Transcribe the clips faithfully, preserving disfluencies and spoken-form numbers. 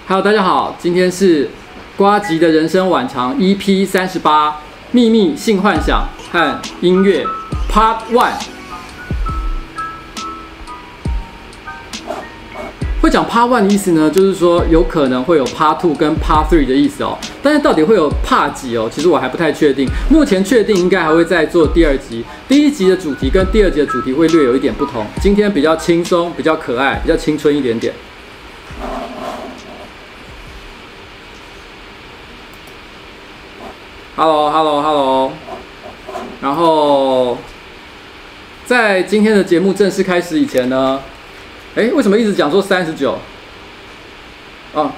Hello， 大家好，今天是呱吉的人生晚长 E P 三十八，秘密性幻想和音乐 Part One。会讲 Part One 的意思呢，就是说有可能会有 Part Two 跟 Part Three 的意思哦。但是到底会有 Part 几哦？其实我还不太确定。目前确定应该还会再做第二集。第一集的主题跟第二集的主题会略有一点不同。今天比较轻松，比较可爱，比较青春一点点。Hello，Hello，Hello。然后在今天的节目正式开始以前呢，哎，为什么一直讲说三十九？哦，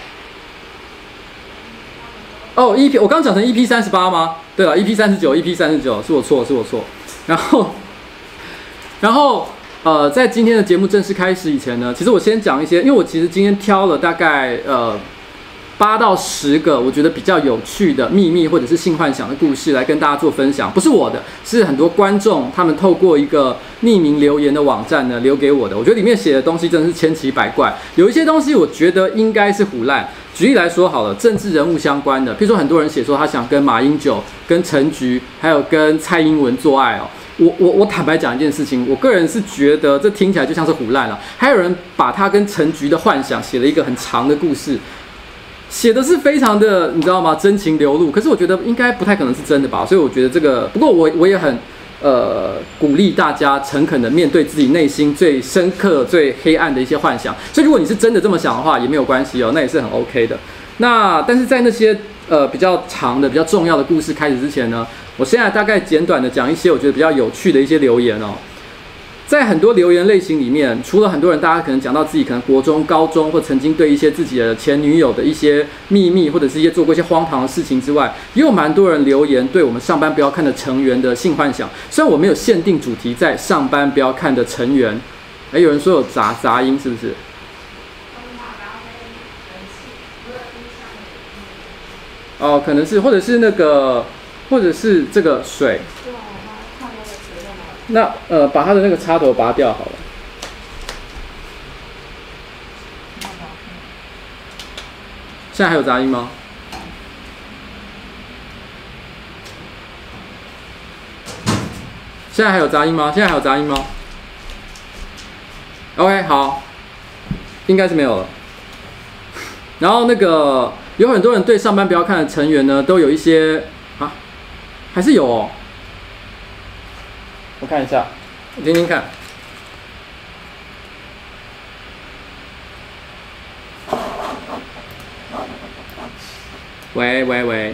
哦 ，E P 我刚讲成 E P 三十八吗？对了 ，E P 三十九 ，E P 三十九是我错，是我错。然后，然后呃，在今天的节目正式开始以前呢，其实我先讲一些，因为我其实今天挑了大概呃。八到十个我觉得比较有趣的秘密或者是性幻想的故事来跟大家做分享，不是我的，是很多观众他们透过一个匿名留言的网站呢留给我的。我觉得里面写的东西真的是千奇百怪，有一些东西我觉得应该是唬烂。举例来说好了，政治人物相关的，譬如说很多人写说他想跟马英九、跟陈菊还有跟蔡英文做爱哦。我我我坦白讲一件事情，我个人是觉得这听起来就像是唬烂了。还有人把他跟陈菊的幻想写了一个很长的故事。写的是非常的，你知道吗？真情流露，可是我觉得应该不太可能是真的吧，所以我觉得这个，不过我我也很呃鼓励大家诚恳的面对自己内心最深刻、最黑暗的一些幻想。所以如果你是真的这么想的话，也没有关系哦，那也是很 OK 的。那但是在那些呃比较长的、比较重要的故事开始之前呢，我现在大概简短的讲一些我觉得比较有趣的一些留言哦。在很多留言类型里面，除了很多人大家可能讲到自己可能国中、高中或曾经对一些自己的前女友的一些秘密，或者是一些做过一些荒唐的事情之外，也有蛮多人留言对我们上班不要看的成员的性幻想。虽然我没有限定主题在上班不要看的成员，哎，有人说有杂杂音，是不是？哦，可能是，或者是那个，或者是这个水。那呃，把它的那个插头拔掉好了。现在还有杂音吗？现在还有杂音吗？现在还有杂音吗 ？OK， 好，应该是没有了。然后那个有很多人对上班不要看的成员呢，都有一些啊，还是有哦。我看一下，我听听看。喂喂喂。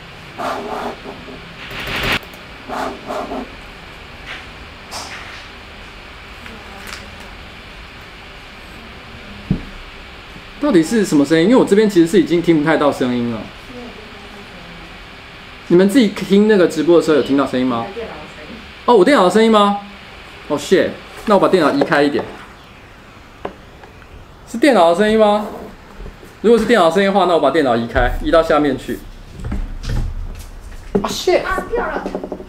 到底是什么声音？因为我这边其实是已经听不太到声音了。你们自己听那个直播的时候有听到声音吗？哦，我电脑的声音吗？哦 shit， 那我把电脑移开一点。是电脑的声音吗？如果是电脑的声音的话，那我把电脑移开，移到下面去。啊 shit！ 啊掉了。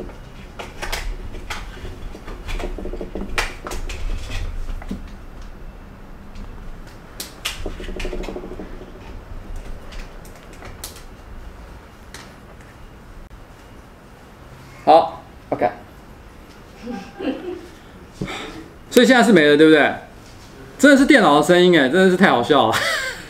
好 ，OK。所以现在是没了，对不对？真的是电脑的声音哎，真的是太好笑了。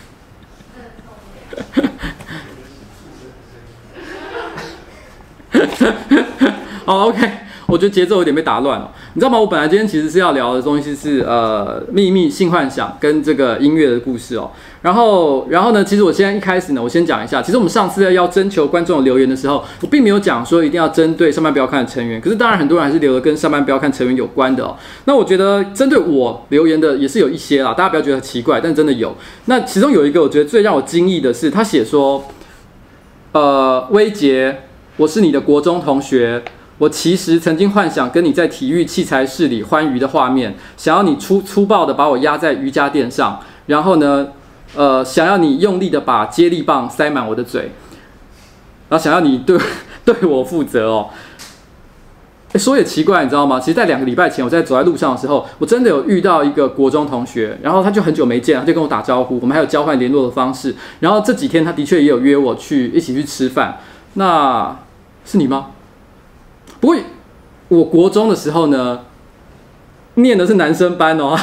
好 ，OK， 我觉得节奏有点被打乱了。你知道吗？我本来今天其实是要聊的东西是呃秘密性幻想跟这个音乐的故事哦。然后，然后呢，其实我现在一开始呢，我先讲一下，其实我们上次要征求观众的留言的时候，我并没有讲说一定要针对上班不要看的成员，可是当然很多人还是留了跟上班不要看成员有关的哦。那我觉得针对我留言的也是有一些啦，大家不要觉得很奇怪，但真的有。那其中有一个我觉得最让我惊异的是，他写说，呃，威杰，我是你的国中同学。我其实曾经幻想跟你在体育器材室里欢愉的画面，想要你粗粗暴的把我压在瑜伽垫上，然后呢，呃，想要你用力的把接力棒塞满我的嘴，然后想要你对对我负责哦。 欸、说也奇怪，你知道吗？其实，在两个礼拜前，我在走在路上的时候，我真的有遇到一个国中同学，然后他就很久没见，他就跟我打招呼，我们还有交换联络的方式。然后这几天，他的确也有约我去一起去吃饭。那是你吗？不过我国中的时候呢，念的是男生班哦。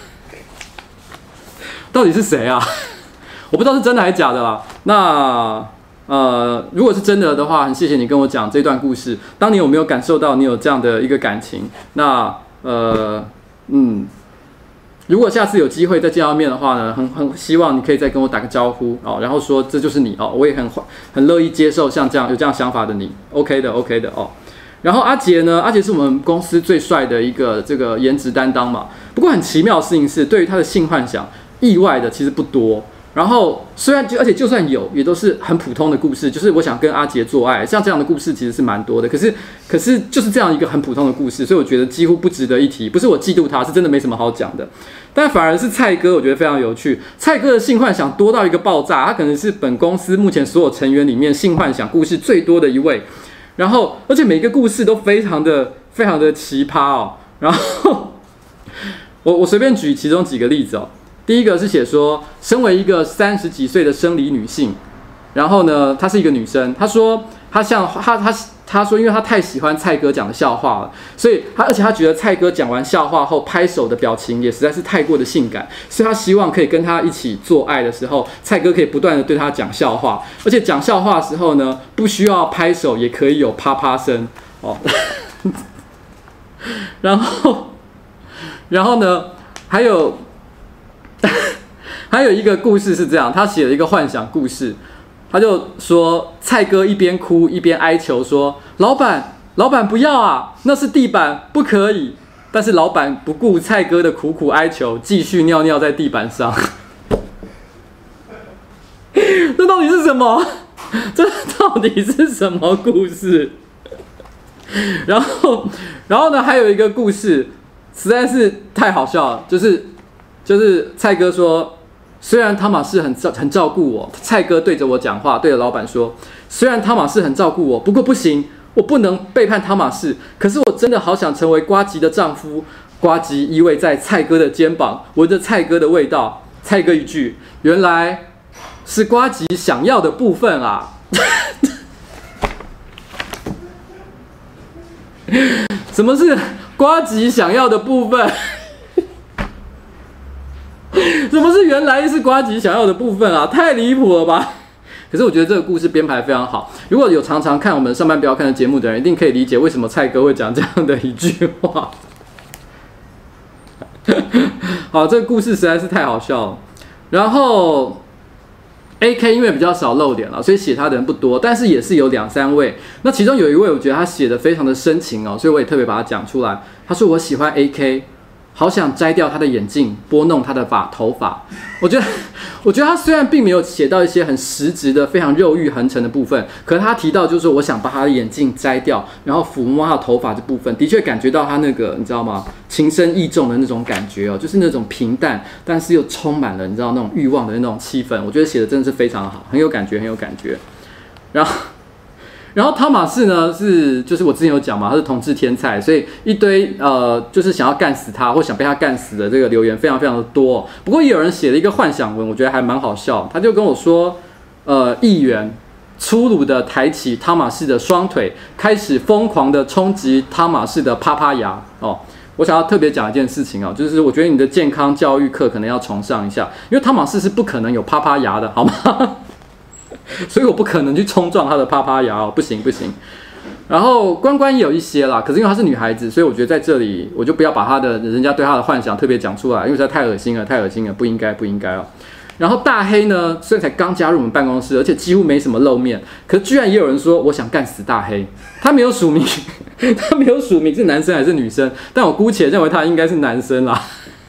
到底是谁啊？我不知道是真的还是假的啦。那呃，如果是真的的话，很谢谢你跟我讲这段故事。当你有没有感受到你有这样的一个感情？那呃嗯，如果下次有机会再见到面的话呢，很很希望你可以再跟我打个招呼哦，然后说这就是你哦，我也很很乐意接受像这样有这样想法的你。OK 的 OK 的哦。然后阿杰呢？阿杰是我们公司最帅的一个这个颜值担当嘛。不过很奇妙的事情是，对于他的性幻想，意外的其实不多。然后虽然就而且就算有，也都是很普通的故事，就是我想跟阿杰做爱，像这样的故事其实是蛮多的。可是可是就是这样一个很普通的故事，所以我觉得几乎不值得一提。不是我嫉妒他，是真的没什么好讲的。但反而是蔡哥，我觉得非常有趣。蔡哥的性幻想多到一个爆炸，他可能是本公司目前所有成员里面性幻想故事最多的一位。然后而且每个故事都非常的非常的奇葩哦。然后我我随便举其中几个例子哦。第一个是写说，身为一个三十几岁的生理女性，然后呢，她是一个女生，她说她像她她她说，因为她太喜欢蔡哥讲的笑话了，所以她而且她觉得蔡哥讲完笑话后拍手的表情也实在是太过的性感，所以她希望可以跟他一起做爱的时候，蔡哥可以不断的对她讲笑话，而且讲笑话的时候呢，不需要拍手也可以有啪啪声哦。然后然后呢，还有。还有一个故事是这样，他写了一个幻想故事，他就说蔡哥一边哭一边哀求说：“老板，老板不要啊，那是地板，不可以。”但是老板不顾蔡哥的苦苦哀求，继续尿尿在地板上。这到底是什么？这到底是什么故事？然后，然后呢，还有一个故事实在是太好笑了，就是。就是蔡哥说，虽然汤马士很照很照顾我，蔡哥对着我讲话，对着老板说，虽然汤马士很照顾我，不过不行，我不能背叛汤马士。可是我真的好想成为呱吉的丈夫。呱吉依偎在蔡哥的肩膀，闻着蔡哥的味道。蔡哥一句，原来是呱吉想要的部分啊。什么是呱吉想要的部分？什么是原来是呱吉想要的部分啊？太离谱了吧！可是我觉得这个故事编排非常好。如果有常常看我们上班不要看的节目的人，一定可以理解为什么蔡哥会讲这样的一句话。好，这个故事实在是太好笑了。然后 A K 因为比较少露脸了，所以写他的人不多，但是也是有两三位。那其中有一位，我觉得他写的非常的深情哦，所以我也特别把它讲出来。他说：“我喜欢 A K。”好想摘掉他的眼镜，拨弄他的发头发。我觉得，我觉得他虽然并没有写到一些很实质的、非常肉欲横陈的部分，可是他提到就是说，我想把他的眼镜摘掉，然后抚摸他的头发这部分，的确感觉到他那个你知道吗？情深意重的那种感觉哦，就是那种平淡，但是又充满了你知道那种欲望的那种气氛。我觉得写的真的是非常好，很有感觉，很有感觉。然后。然后汤马士呢是就是我之前有讲嘛，他是同志天才，所以一堆呃就是想要干死他或想被他干死的这个留言非常非常的多。不过也有人写了一个幻想文，我觉得还蛮好笑。他就跟我说，呃，议员粗鲁的抬起汤马士的双腿，开始疯狂的冲击汤马士的啪啪牙哦。我想要特别讲一件事情哦，就是我觉得你的健康教育课可能要重上一下，因为汤马士是不可能有啪啪牙的，好吗？所以我不可能去冲撞她的啪啪牙哦，不行不行。然后关关也有一些啦，可是因为她是女孩子，所以我觉得在这里我就不要把她的人家对她的幻想特别讲出来，因为实在太恶心了，太恶心了，不应该不应该哦。然后大黑呢，虽然才刚加入我们办公室，而且几乎没什么露面，可是居然也有人说我想干死大黑。他没有署名，他没有署名是男生还是女生，但我姑且认为他应该是男生啦。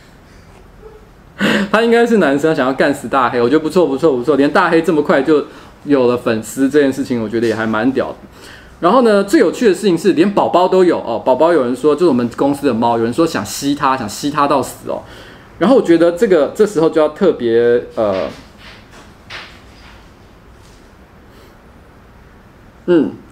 他应该是男生，想要干死大黑，我觉得不错不错不错，连大黑这么快就有了粉丝这件事情，我觉得也还蛮屌的。然后呢，最有趣的事情是，连宝宝都有哦。宝宝有人说，就是我们公司的猫，有人说想吸它，想吸它到死哦。然后我觉得这个这时候就要特别呃，嗯，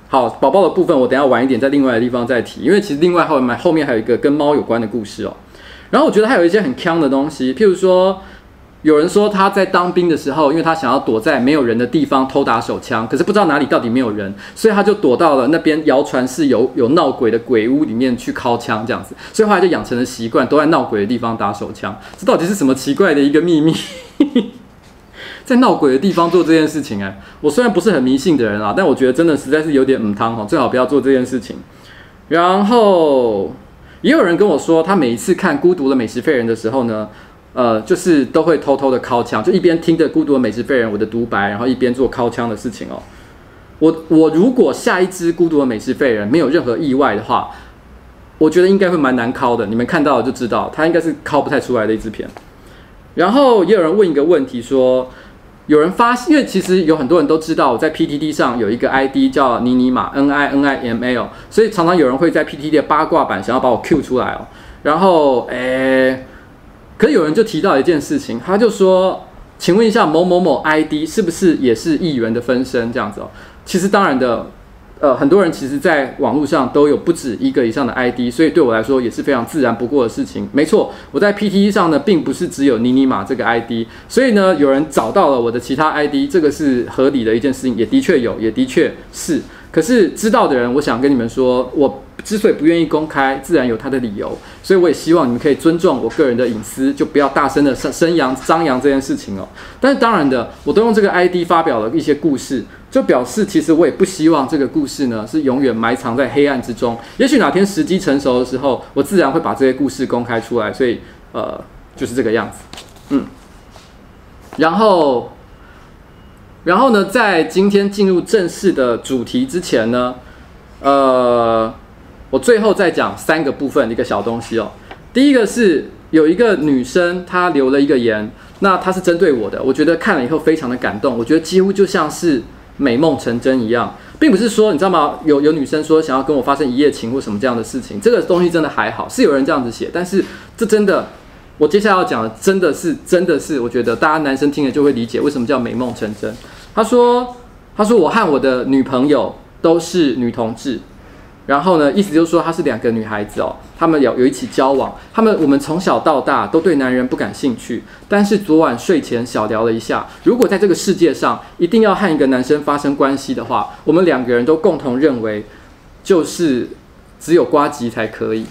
好，宝宝的部分我等一下晚一点在另外的地方再提，因为其实另外后面后面还有一个跟猫有关的故事哦。然后我觉得还有一些很鏘的东西，譬如说，有人说他在当兵的时候，因为他想要躲在没有人的地方偷打手枪，可是不知道哪里到底没有人，所以他就躲到了那边谣传是有有闹鬼的鬼屋里面去敲枪这样子，所以后来就养成了习惯，都在闹鬼的地方打手枪。这到底是什么奇怪的一个秘密？在闹鬼的地方做这件事情、欸，哎，我虽然不是很迷信的人啊，但我觉得真的实在是有点母汤哈，最好不要做这件事情。然后也有人跟我说，他每一次看《孤独的美食废人》的时候呢，呃，就是都会偷偷的敲枪，就一边听着《孤独的美食废人》我的独白，然后一边做敲枪的事情哦。我我如果下一支《孤独的美食废人》没有任何意外的话，我觉得应该会蛮难敲的。你们看到了就知道，它应该是敲不太出来的一支片。然后也有人问一个问题说，有人发现，因为其实有很多人都知道我在 P T T 上有一个 I D 叫妮妮玛 N I N I M A L， 所以常常有人会在 P T T 的八卦版想要把我 Q 出来哦。然后，诶，可是有人就提到一件事情，他就说，请问一下某某某 I D 是不是也是议员的分身这样子哦？其实当然的。呃，很多人其实在网络上都有不止一个以上的 I D， 所以对我来说也是非常自然不过的事情。没错，我在 P T T 上呢，并不是只有妮妮玛这个 I D， 所以呢，有人找到了我的其他 I D， 这个是合理的一件事情，也的确有，也的确是。可是知道的人，我想跟你们说，我之所以不愿意公开，自然有他的理由，所以我也希望你们可以尊重我个人的隐私，就不要大声的声扬张扬这件事情哦。但是当然的，我都用这个 I D 发表了一些故事。就表示，其实我也不希望这个故事呢是永远埋藏在黑暗之中。也许哪天时机成熟的时候，我自然会把这些故事公开出来。所以，呃，就是这个样子。嗯。然后，然后呢，在今天进入正式的主题之前呢，呃，我最后再讲三个部分一个小东西哦。第一个是有一个女生她留了一个言，那她是针对我的，我觉得看了以后非常的感动，我觉得几乎就像是。美梦成真一样，并不是说你知道吗？有有女生说想要跟我发生一夜情或什么这样的事情，这个东西真的还好，是有人这样子写，但是这真的，我接下来要讲的真的是真的是，我觉得大家男生听了就会理解为什么叫美梦成真。他说，他说我和我的女朋友都是女同志。然后呢，意思就是说，她是两个女孩子哦，她们有有一起交往，她们我们从小到大都对男人不感兴趣，但是昨晚睡前小聊了一下，如果在这个世界上一定要和一个男生发生关系的话，我们两个人都共同认为，就是只有呱吉才可以。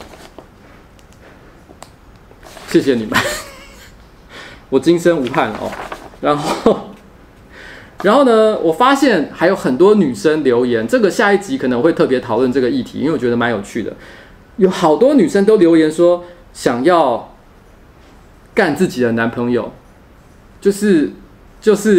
谢谢你们，我今生无憾哦。然后。然后呢，我发现还有很多女生留言，这个下一集可能会特别讨论这个议题，因为我觉得蛮有趣的。有好多女生都留言说想要干自己的男朋友，就是就是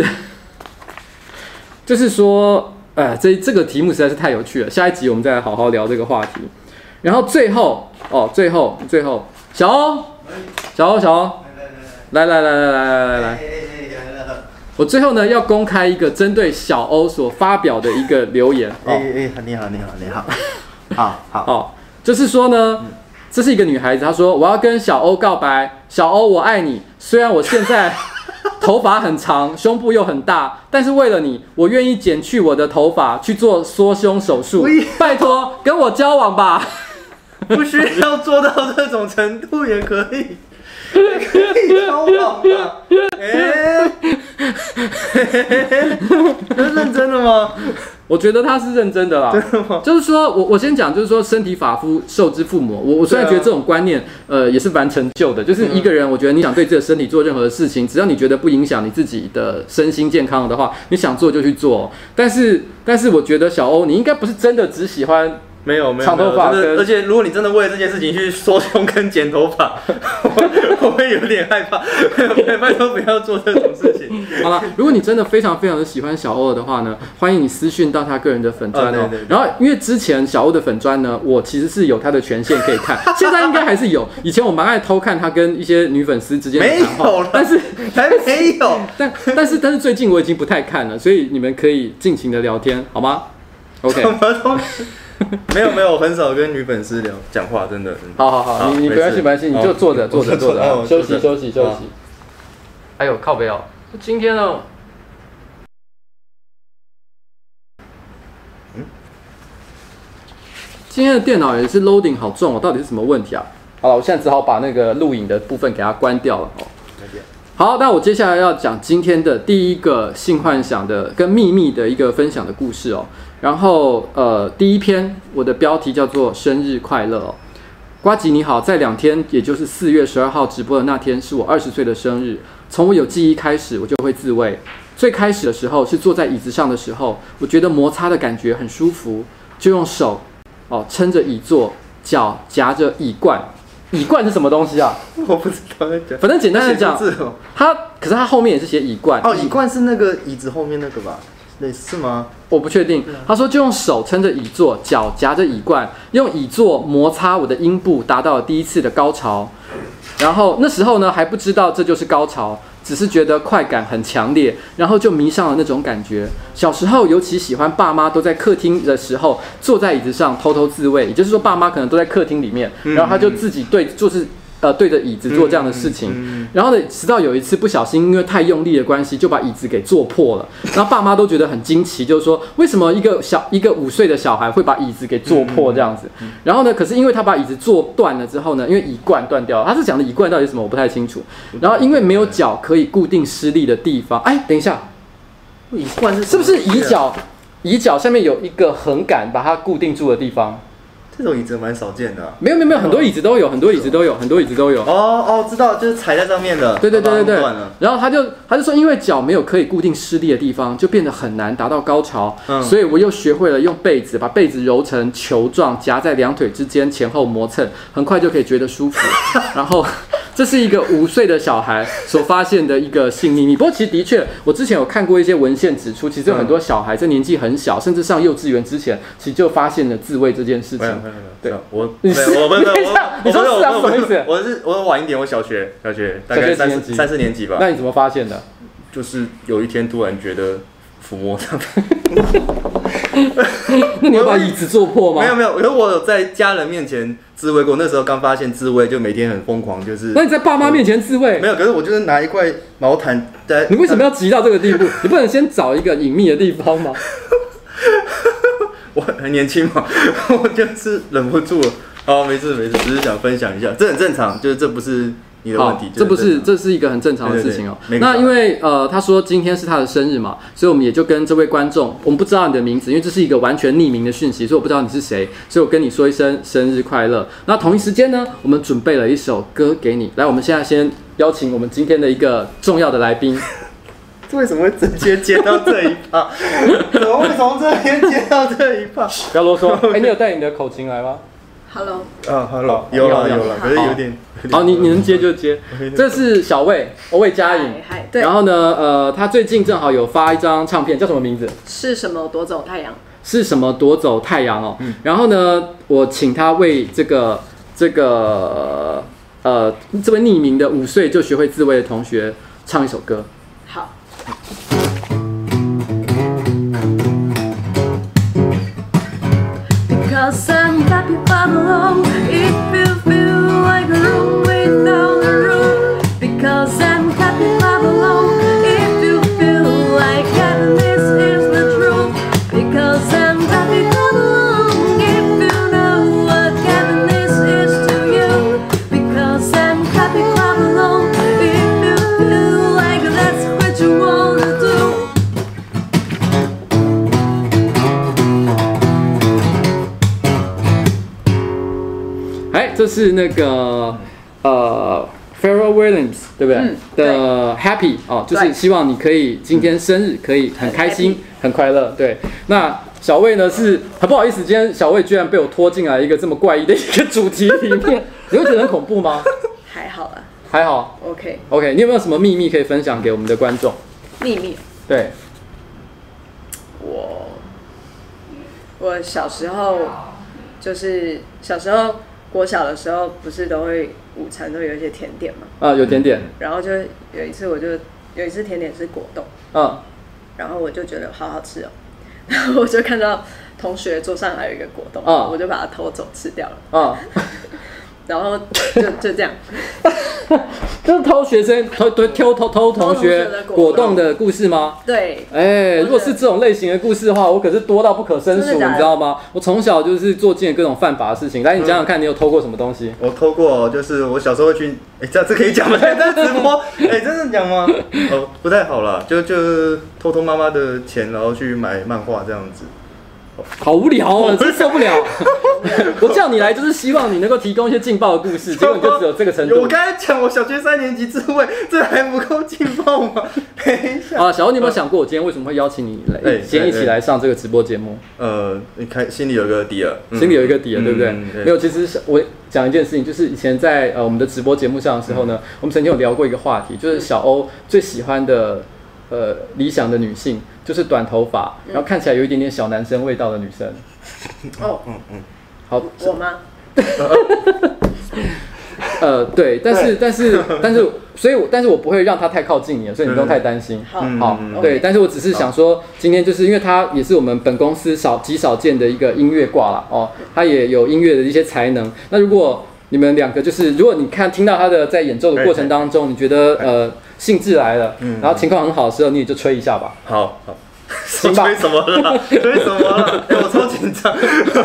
就是说，哎，这这个题目实在是太有趣了。下一集我们再来好好聊这个话题。然后最后哦，最后最后，小欧，小欧，小欧，来来来来来来来来。我最后呢要公开一个针对小欧所发表的一个留言。 哎哎，你好，你好，你好，好好好，就是说呢，这是一个女孩子，她说我要跟小欧告白，小欧我爱你，虽然我现在头发很长，胸部又很大，但是为了你，我愿意剪去我的头发去做缩胸手术，拜托跟我交往吧。 不需要做到这种程度也可以。可以交往吧？哎，这是认真的吗？ 我觉得他是认真的啦。 真的吗？ 就是说我我先讲，就是说身体发肤受之父母。我我虽然觉得这种观念，呃，也是蛮陈旧的。就是一个人，我觉得你想对自己的身体做任何的事情，只要你觉得不影响你自己的身心健康的话，你想做就去做。但是但是，我觉得小欧，你应该不是真的只喜欢。 没有没有长头发， 而且如果你真的为了这件事情去缩胸跟剪头发，我, 我会有点害怕。拜托不要做这种事情。 好了，如果你真的非常非常的喜欢小欧的话呢，欢迎你私讯到他个人的粉专哦。 哦对对对， 然后因为之前小欧的粉专呢，我其实是有他的权限可以看，现在应该还是有。以前我蛮爱偷看他跟一些女粉丝之间的谈话， 没有了， 但是还没有。 但但是但是最近我已经不太看了，所以你们可以尽情的聊天，好吗 ？OK。 什么东西？没有没有，我很少跟女粉丝聊讲话，真的。 好好好，你你没关系没关系，你就坐着坐着坐着，休息休息休息。哎呦，靠北哦！今天呢，嗯， 今天的电脑也是 loading 好重哦，到底是什么问题啊？好了，我现在只好把那个录影的部分给它关掉了哦。好，那我接下来要讲今天的第一个性幻想的跟秘密的一个分享的故事哦。然后呃，第一篇我的标题叫做生日快乐哦。呱吉你好，在两天，也就是四月十二号直播的那天，是我二十岁的生日。从我有记忆开始，我就会自慰。最开始的时候是坐在椅子上的时候，我觉得摩擦的感觉很舒服，就用手哦撑着椅座，脚夹着椅冠。椅冠是什么东西啊？ 我不知道在讲。 反正简单的讲， 哦、 它可是它后面也是写椅冠。 哦，椅冠是那个椅子后面那个吧？类似吗？ 我不确定。他说就用手撑着椅座，脚夹着椅冠，用椅座摩擦我的阴部，达到了第一次的高潮。然后那时候呢还不知道这就是高潮，只是觉得快感很强烈，然后就迷上了那种感觉。小时候尤其喜欢爸妈都在客厅的时候坐在椅子上偷偷自慰，也就是说爸妈可能都在客厅里面，然后他就自己对就是呃对着椅子做这样的事情。然后呢，直到有一次不小心因为太用力的关系，就把椅子给坐破了。然后爸妈都觉得很惊奇，就是说为什么一个小一个五岁的小孩会把椅子给坐破这样子？然后呢，可是因为他把椅子坐断了之后呢，因为椅冠断掉了，他是讲的椅冠到底是什么我不太清楚。然后因为没有脚可以固定施力的地方，哎，等一下， 椅冠是是不是椅脚？椅脚下面有一个横杆把它固定住的地方。 这种椅子蛮少见的、啊。 没有没有没有，很多椅子都有，很多椅子都有，很多椅子都有。 哦哦，知道，就是踩在上面的。 对对对对对。然后他就他就说，因为脚没有可以固定施力的地方，就变得很难达到高潮。嗯。所以我又学会了用被子把被子揉成球状，夹在两腿之间前后磨蹭，很快就可以觉得舒服。然后。这是一个五岁的小孩所发现的一个性秘密。不过其实的确，我之前有看过一些文献指出，其实有很多小孩在年纪很小，甚至上幼稚园之前，其实就发现了自慰这件事情。 对，我你是我不是你说是啊？什么意思？ 我是我晚一点，我小学小学大概三三四年级吧。 那你怎么发现的？ 就是有一天突然觉得抚摸上。 那你有把椅子坐破吗？ 没有没有，可是我有在家人面前自慰过。那时候刚发现自慰，就每天很疯狂，就是。 那你在爸妈面前自慰？ 没有，可是我就是拿一块毛毯在。 你为什么要急到这个地步？你不能先找一个隐秘的地方吗？ 我很年轻嘛，我就是忍不住了。好，没事没事，只是想分享一下，这很正常，就是这不是。你的问题这不是，这是一个很正常的事情哦。 对对对， 那因为呃，他说今天是他的生日嘛，所以我们也就跟这位观众，我们不知道你的名字，因为这是一个完全匿名的讯息，所以我不知道你是谁，所以我跟你说一声生日快乐。那同一时间呢，我们准备了一首歌给你。来，我们现在先邀请我们今天的一个重要的来宾。 为什么会直接接到这一趴？怎么会从这边接到这一趴？ 不要啰嗦。哎、欸，你有带你的口琴来吗 ？Hello， 啊 ，Hello， 有了有了，可是有点， 好，你你能接就接。这是小魏，魏佳颖。 对。 然后呢，呃，他最近正好有发一张唱片，叫什么名字？ 是什么夺走太阳？ 是什么夺走太阳哦？嗯。然后呢，我请他为这个这个呃这位匿名的五岁就学会自慰的同学唱一首歌。 好。Because I'm happy all alone. If you feel like a room without a room. Because I'm happy all alone. If you feel like happiness is the truth. Because I'm happy all alone. If you know what happiness is to you. Because I'm happy all alone. If you feel like that's what you wanna do. 这是那个呃 Pharrell Williams 对不对？嗯、的 Happy 哦，就是希望你可以今天生日可以很开心、很快乐。对，那小魏呢是很不好意思，今天小魏居然被我拖进来一个这么怪异的一个主题里面，你会觉得很恐怖吗？ 还好啦， 还好。 OK OK， 你有没有什么秘密可以分享给我们的观众？ 秘密？ 对， 我我小时候就是小时候。国小的时候不是都会午餐都有一些甜点嘛？ 啊，有甜点。 然后就有一次，我就有一次甜点是果冻， 嗯， 然后我就觉得好好吃哦，然后我就看到同学桌上还有一个果冻， 嗯， 我就把它偷走吃掉了， 嗯， 然后就就这样。 这是偷学生偷偷偷偷偷同学果冻的故事吗？ 对。 哎，如果是这种类型的故事的话，我可是多到不可胜数，你知道吗？我从小就是做尽了各种犯法的事情。来，你讲讲看，你有偷过什么东西？ 我偷过，就是我小时候会去，哎，这这可以讲吗？这直播，哎，真的讲吗？哦，不太好啦，就就偷偷妈妈的钱，然后去买漫画这样子。 好无聊哦，真受不了！我叫你来就是希望你能够提供一些劲爆的故事，结果你就只有这个程度。 我刚才讲我小学三年级智慧，这还不够劲爆吗？等一下。 啊，小欧，你有没有想过我今天为什么会邀请你来，先一起来上这个直播节目？ 呃，你看心里有个底了， 心里有一个底了，对不对？ 嗯对没有，其实我讲一件事情，就是以前在呃我们的直播节目上的时候呢，我们曾经有聊过一个话题，就是小欧最喜欢的呃理想的女性。就是短头发，然后看起来有一点点小男生味道的女生。 哦， 嗯嗯， 好，我吗？ 呃，对，但是但是但是，所以我但是我不会让他太靠近你，所以你不用太担心。 好， 好，对，但是我只是想说，今天就是因为他也是我们本公司少极少见的一个音乐挂啦，哦，他也有音乐的一些才能。那如果你们两个就是，如果你看听到他的在演奏的过程当中，你觉得呃兴致来了，然后情况很好的时候，你也就吹一下吧。 好好。吹什么了？吹什么了？哎、欸，我超紧张。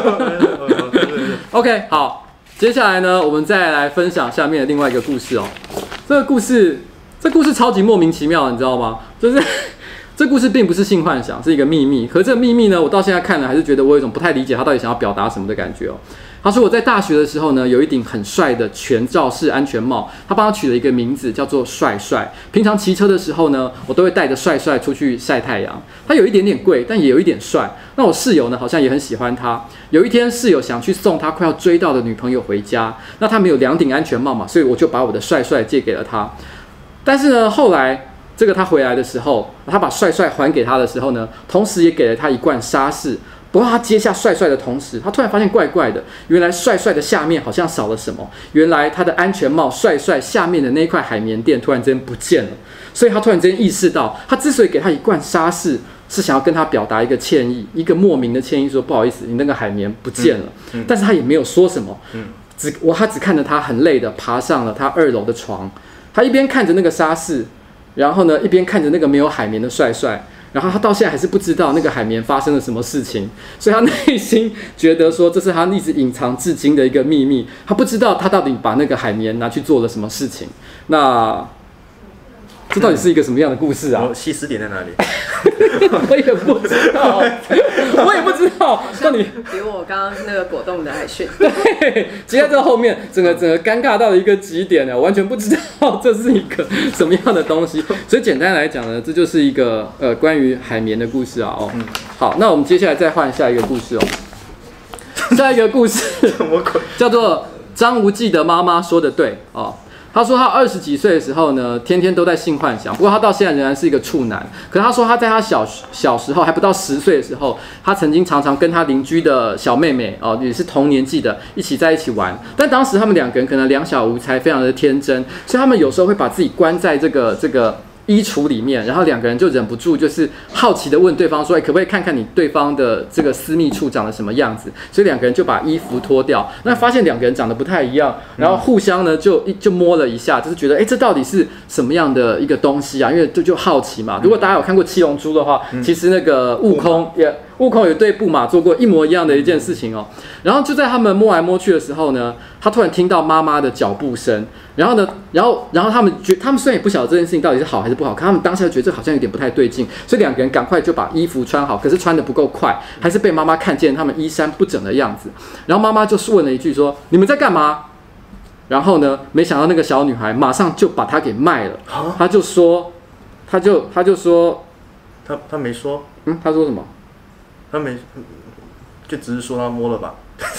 OK， 好，接下来呢，我们再来分享下面的另外一个故事哦。这个故事，这故事超级莫名其妙，你知道吗？就是这故事并不是性幻想，是一个秘密。可是这个秘密呢，我到现在看了，还是觉得我有一种不太理解他到底想要表达什么的感觉哦。他说我在大学的时候呢，有一顶很帅的全罩式安全帽，他帮他取了一个名字叫做帅帅。平常骑车的时候呢，我都会带着帅帅出去晒太阳。他有一点点贵，但也有一点帅。那我室友呢，好像也很喜欢他。有一天，室友想去送他快要追到的女朋友回家，那他没有两顶安全帽嘛，所以我就把我的帅帅借给了他。但是呢，后来这个他回来的时候，他把帅帅还给他的时候呢，同时也给了他一罐沙士。不过他接下帅帅的同时，他突然发现怪怪的，原来帅帅的下面好像少了什么。原来他的安全帽帅帅下面的那块海绵垫突然之间不见了，所以他突然之间意识到，他之所以给他一罐沙士，是想要跟他表达一个歉意，一个莫名的歉意，说不好意思，你那个海绵不见了。嗯嗯、但是他也没有说什么，嗯、只我他只看着他很累的爬上了他二楼的床，他一边看着那个沙士，然后呢一边看着那个没有海绵的帅帅。然后他到现在还是不知道那个海绵发生了什么事情，所以他内心觉得说这是他一直隐藏至今的一个秘密，他不知道他到底把那个海绵拿去做了什么事情。那这到底是一个什么样的故事啊？ 细思点在哪里？ 我也不知道，我也不知道。那你比我刚刚那个果冻的还逊。 对，接在这后面，整个整个尴尬到了一个极点了，完全不知道这是一个什么样的东西。所以简单来讲呢，这就是一个呃关于海绵的故事啊。哦，好，那我们接下来再换下一个故事哦。下一个故事叫做张无忌的妈妈说的对哦。他说他二十几岁的时候呢，天天都在性幻想。不过他到现在仍然是一个处男。可是他说他在他小小时候还不到十岁的时候，他曾经常常跟他邻居的小妹妹哦，也是同年纪的，一起在一起玩。但当时他们两个人可能两小无猜，非常的天真，所以他们有时候会把自己关在这个这个衣橱里面，然后两个人就忍不住就是好奇的问对方说：“哎，可不可以看看你对方的这个私密处长得什么样子？”所以两个人就把衣服脱掉，那发现两个人长得不太一样，然后互相呢就就摸了一下，就是觉得哎，这到底是什么样的一个东西啊？因为就就好奇嘛。如果大家有看过《七龙珠》的话，其实那个悟空也。悟空有对布马做过一模一样的一件事情哦，然后就在他们摸来摸去的时候呢，他突然听到妈妈的脚步声，然后呢，然后然后他们觉，他们虽然也不晓得这件事情到底是好还是不好，可他们当下觉得这好像有点不太对劲，所以两个人赶快就把衣服穿好，可是穿得不够快，还是被妈妈看见他们衣衫不整的样子，然后妈妈就问了一句说：“你们在干嘛？”然后呢，没想到那个小女孩马上就把他给卖了，他就说，他就他就说， 他他没说， 嗯，他说什么？ 他没，就只是说他摸了吧，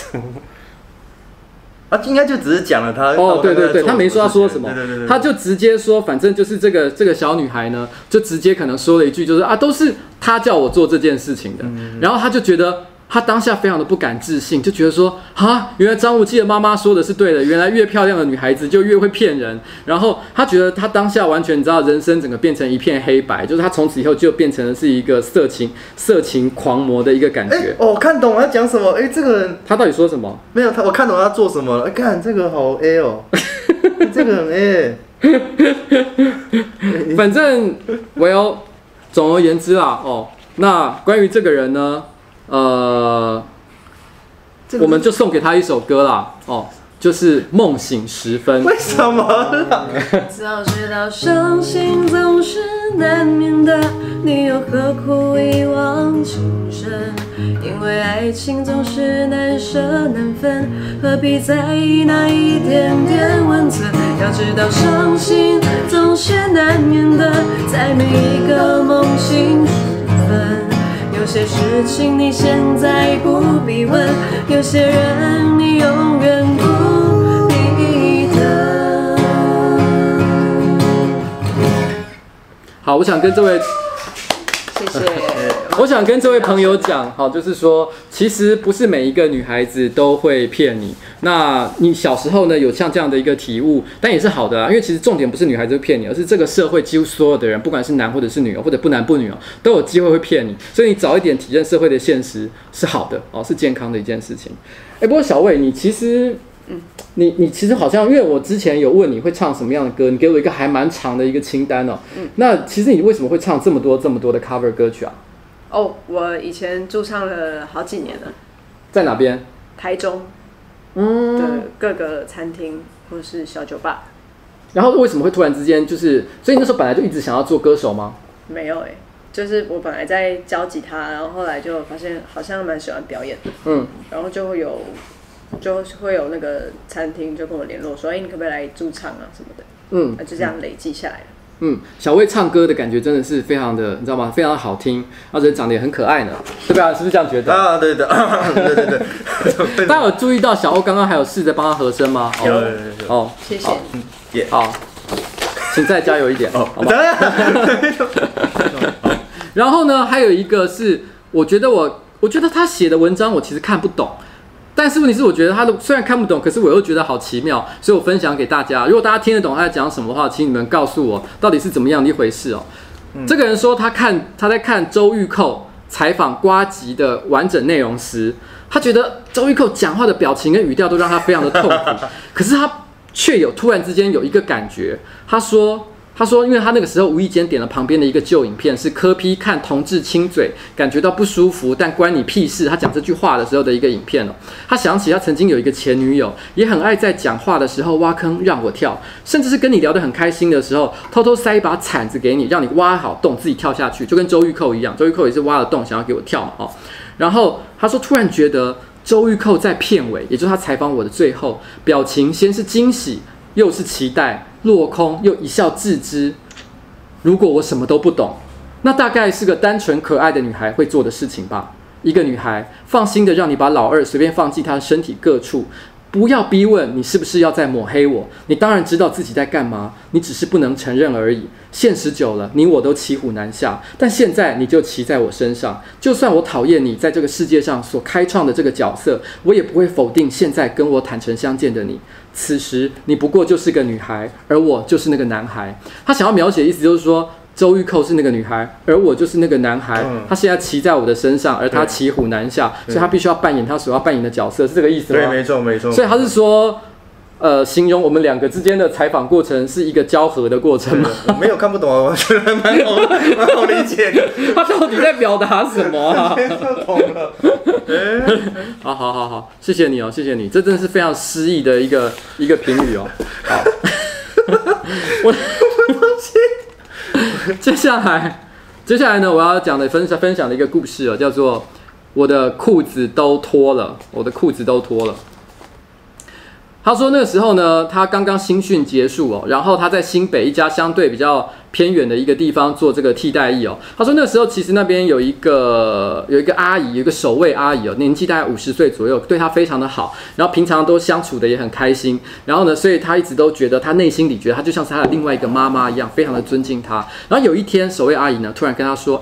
他应该就只是讲了他哦，对对对，他没说他说什么， 对对对对， 他就直接说，反正就是这个这个小女孩呢，就直接可能说了一句，就是啊，都是他叫我做这件事情的，嗯、然后他就觉得他当下非常的不敢置信，就觉得说啊，原来张无忌的妈妈说的是对的，原来越漂亮的女孩子就越会骗人。然后他觉得他当下完全你知道人生整个变成一片黑白，就是他从此以后就变成了是一个色情色情狂魔的一个感觉。 哎、哦，我看懂他讲什么。哎、这个人他到底说什么？ 没有他，我看懂他做什么了。哎、看这个好 A 哦，这个很 A。 反正 well， 总而言之啦，哦，那关于这个人呢，呃，我们就送给他一首歌啦，哦，就是《梦醒时分》。 为什么啦？ 早知道伤心总是难免的，你又何苦一往情深？因为爱情总是难舍难分，何必在意那一点点温存？要知道伤心总是难免的，在每一个梦醒时分。有些事情你现在不必问，有些人你永远不必等。 好，我想跟这位。 谢谢。 我想跟这位朋友讲，好，就是说，其实不是每一个女孩子都会骗你。那你小时候呢，有像这样的一个体悟，但也是好的啊，因为其实重点不是女孩子会骗你，而是这个社会几乎所有的人，不管是男或者是女，或者不男不女哦，都有机会会骗你。所以你早一点体认社会的现实是好的哦，是健康的一件事情。哎，不过小魏，你其实。嗯，你你其实好像，因为我之前有问你会唱什么样的歌，你给我一个还蛮长的一个清单哦。嗯，那其实你为什么会唱这么多这么多的 cover 歌曲啊？ 哦，我以前驻唱了好几年了。 在哪边？ 台中嗯的各个餐厅或是小酒吧。 然后为什么会突然之间就是，所以那时候本来就一直想要做歌手吗？ 没有哎、欸，就是我本来在教吉他，然后后来就发现好像蛮喜欢表演的。嗯，然后就会有。就会有那个餐厅就跟我联络说，哎、欸，你可不可以来驻唱啊什么的？嗯，就这样累积下来了。 嗯，小魏唱歌的感觉真的是非常的，你知道吗？非常的好听，而且长得也很可爱呢，对吧？是不是这样觉得？ 啊，对对对对对。 大家有注意到小欧刚刚还有试着帮他和声吗？ 有有有有。 哦， 谢谢。 耶， 好，请再加油一点。 哦， 好吧。然后呢，还有一个是，我觉得我，我觉得他写的文章我其实看不懂。但是问题是，我觉得他的虽然看不懂，可是我又觉得好奇妙，所以我分享给大家。如果大家听得懂他在讲什么的话，请你们告诉我到底是怎么样的一回事哦。嗯、这个人说他看他在看周玉蔻采访呱吉的完整内容时，他觉得周玉蔻讲话的表情跟语调都让他非常的痛苦，可是他却有突然之间有一个感觉，他说。他说，因为他那个时候无意间点了旁边的一个旧影片，是柯 P 看同志亲嘴感觉到不舒服，但关你屁事。他讲这句话的时候的一个影片哦，他想起他曾经有一个前女友，也很爱在讲话的时候挖坑让我跳，甚至是跟你聊得很开心的时候，偷偷塞一把铲子给你，让你挖好洞自己跳下去，就跟周玉蔻一样，周玉蔻也是挖了洞想要给我跳嘛哦。然后他说，突然觉得周玉蔻在片尾，也就是他采访我的最后，表情先是惊喜，又是期待。落空又一笑置之。如果我什么都不懂，那大概是个单纯可爱的女孩会做的事情吧。一个女孩放心的让你把老二随便放进她的身体各处，不要逼问你是不是要在抹黑我。你当然知道自己在干嘛，你只是不能承认而已。现实久了，你我都骑虎难下，但现在你就骑在我身上。就算我讨厌你在这个世界上所开创的这个角色，我也不会否定现在跟我坦诚相见的你。此时你不过就是个女孩，而我就是那个男孩。他想要描写的意思就是说，周玉蔻是那个女孩，而我就是那个男孩。嗯、他现在骑在我的身上，而他骑虎难下，所以他必须要扮演他所要扮演的角色，是这个意思吗？ 对，没错没错。 所以他是说。呃，形容我们两个之间的采访过程是一个交合的过程吗？ 我没有看不懂啊，我觉得蛮好，蛮好理解的。 他到底在表达什么啊？ 懂了。 好好好好，谢谢你哦，谢谢你，这真的是非常诗意的一个一个评语哦。好，我接下来接下来呢，我要讲的分享分享的一个故事哦，叫做我的裤子都脱了，我的裤子都脱了。他说那个时候呢，他刚刚新训结束哦，然后他在新北一家相对比较偏远的一个地方做这个替代役哦。他说那个时候其实那边有一个有一个阿姨，有一个守卫阿姨哦，年纪大概五十岁左右，对他非常的好，然后平常都相处的也很开心。然后呢，所以他一直都觉得他内心里觉得他就像是他的另外一个妈妈一样，非常的尊敬他。然后有一天，守卫阿姨呢突然跟他说：“哎，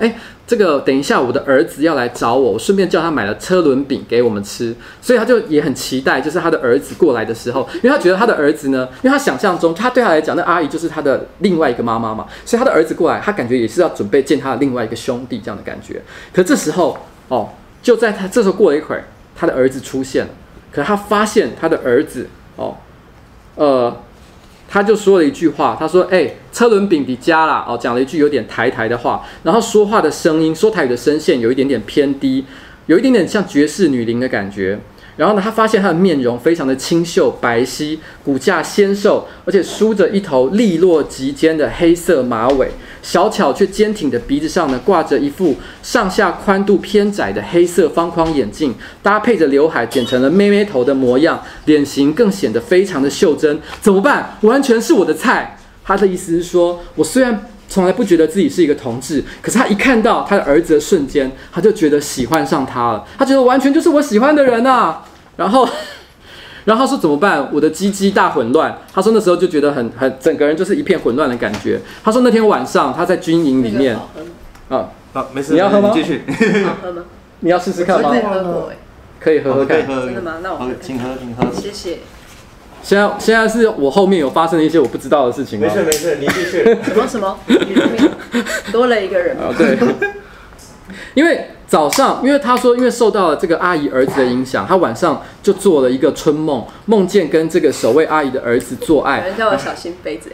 这个等一下我的儿子要来找我，我顺便叫他买了车轮饼给我们吃，所以他就也很期待，就是他的儿子过来的时候，因为他觉得他的儿子呢，因为他想象中，他对他来讲，那阿姨就是他的另外一个妈妈嘛，所以他的儿子过来，他感觉也是要准备见他的另外一个兄弟这样的感觉。可这时候哦，就在他这时候过了一会儿，他的儿子出现了，可是他发现他的儿子哦，呃。他就说了一句话，他说：“哎、欸，车轮饼的家啦，哦，讲了一句有点台台的话，然后说话的声音，说台语的声线有一点点偏低，有一点点像绝世女伶的感觉。然后呢，他发现他的面容非常的清秀白皙，骨架纤瘦，而且梳着一头利落及肩的黑色马尾，小巧却坚挺的鼻子上呢挂着一副上下宽度偏窄的黑色方框眼镜，搭配着刘海剪成了妹妹头的模样，脸型更显得非常的袖珍。怎么办？完全是我的菜。他的意思是说，我虽然从来不觉得自己是一个同志，可是他一看到他的儿子的瞬间，他就觉得喜欢上他了。他觉得完全就是我喜欢的人啊。然后，然后他说怎么办？我的鸡鸡大混乱。他说那时候就觉得很很整个人就是一片混乱的感觉。他说那天晚上他在军营里面，啊， 好，没事， 你要喝吗？ 继续。 好喝吗？ 你要试试看吗？ 我没喝过哎。 可以喝喝看。 真的吗？那我喝。 请喝，请喝。 谢谢。 现在现在是我后面有发生了一些我不知道的事情吗？ 没事没事，你继续。 什么什么？你后面多了一个人。 啊，对。因为早上，因为他说，因为受到了这个阿姨儿子的影响，他晚上就做了一个春梦，梦见跟这个守卫阿姨的儿子做爱。 有人叫我小心杯子。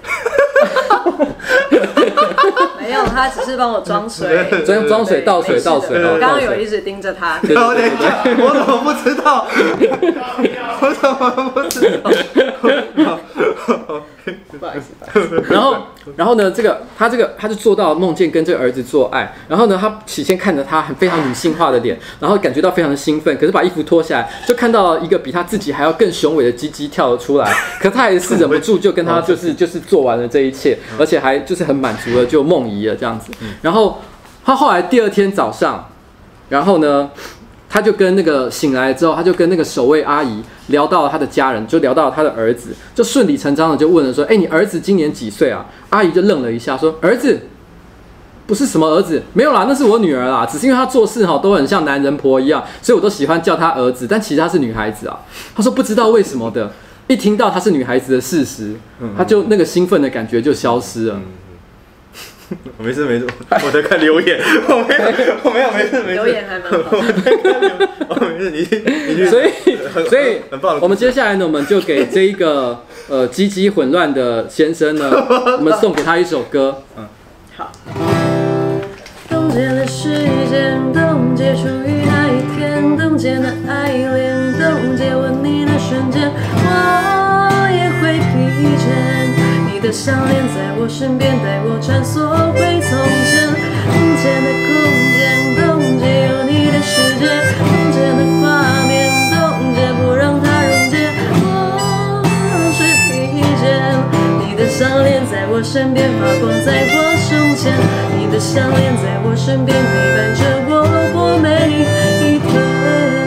没有，他只是帮我装水， 装装水倒水倒水。 我刚刚有一直盯着他。 等一下，我怎么不知道？我怎么不知道？ 不好意思，不好意思。 然后，然后呢？这个他这个他就做到梦见跟这个儿子做爱。然后呢，他起先看着他很非常女性化的脸，然后感觉到非常的兴奋。可是把衣服脱下来，就看到一个比他自己还要更雄伟的鸡鸡跳了出来。可他还是忍不住就跟他就是就是做完了这一切，而且还就是很满足了，就梦遗了这样子。然后他后来第二天早上，然后呢？他就跟那个醒来之后，他就跟那个守卫阿姨聊到了他的家人，就聊到了他的儿子，就顺理成章的就问了说：“哎、欸，你儿子今年几岁啊？”阿姨就愣了一下，说：“儿子不是什么儿子，没有啦，那是我女儿啦。只是因为她做事哈都很像男人婆一样，所以我都喜欢叫她儿子，但其实她是女孩子啊。”他说：“不知道为什么的，一听到她是女孩子的事实，他就那个兴奋的感觉就消失了。” 没事没事，我在看留言，我没有我没有没事没事， 留言还蛮好。 我在看留言，我没事，你你所以所以很棒。 我们接下来呢，我们就给这一个呃鸡鸡混乱的先生呢，我们送给他一首歌。嗯， 好。 冻结了时间，冻结属于那一天，冻结那爱恋，冻结吻你的瞬间，我也会疲倦。你的项链在我身边，带我穿梭回从前。冻结的空间，冻结有你的世界，冻结的画面，冻结不让它溶解。我是疲倦。你的项链在我身边，发光在我胸前。你的项链在我身边，陪伴着我过每一天。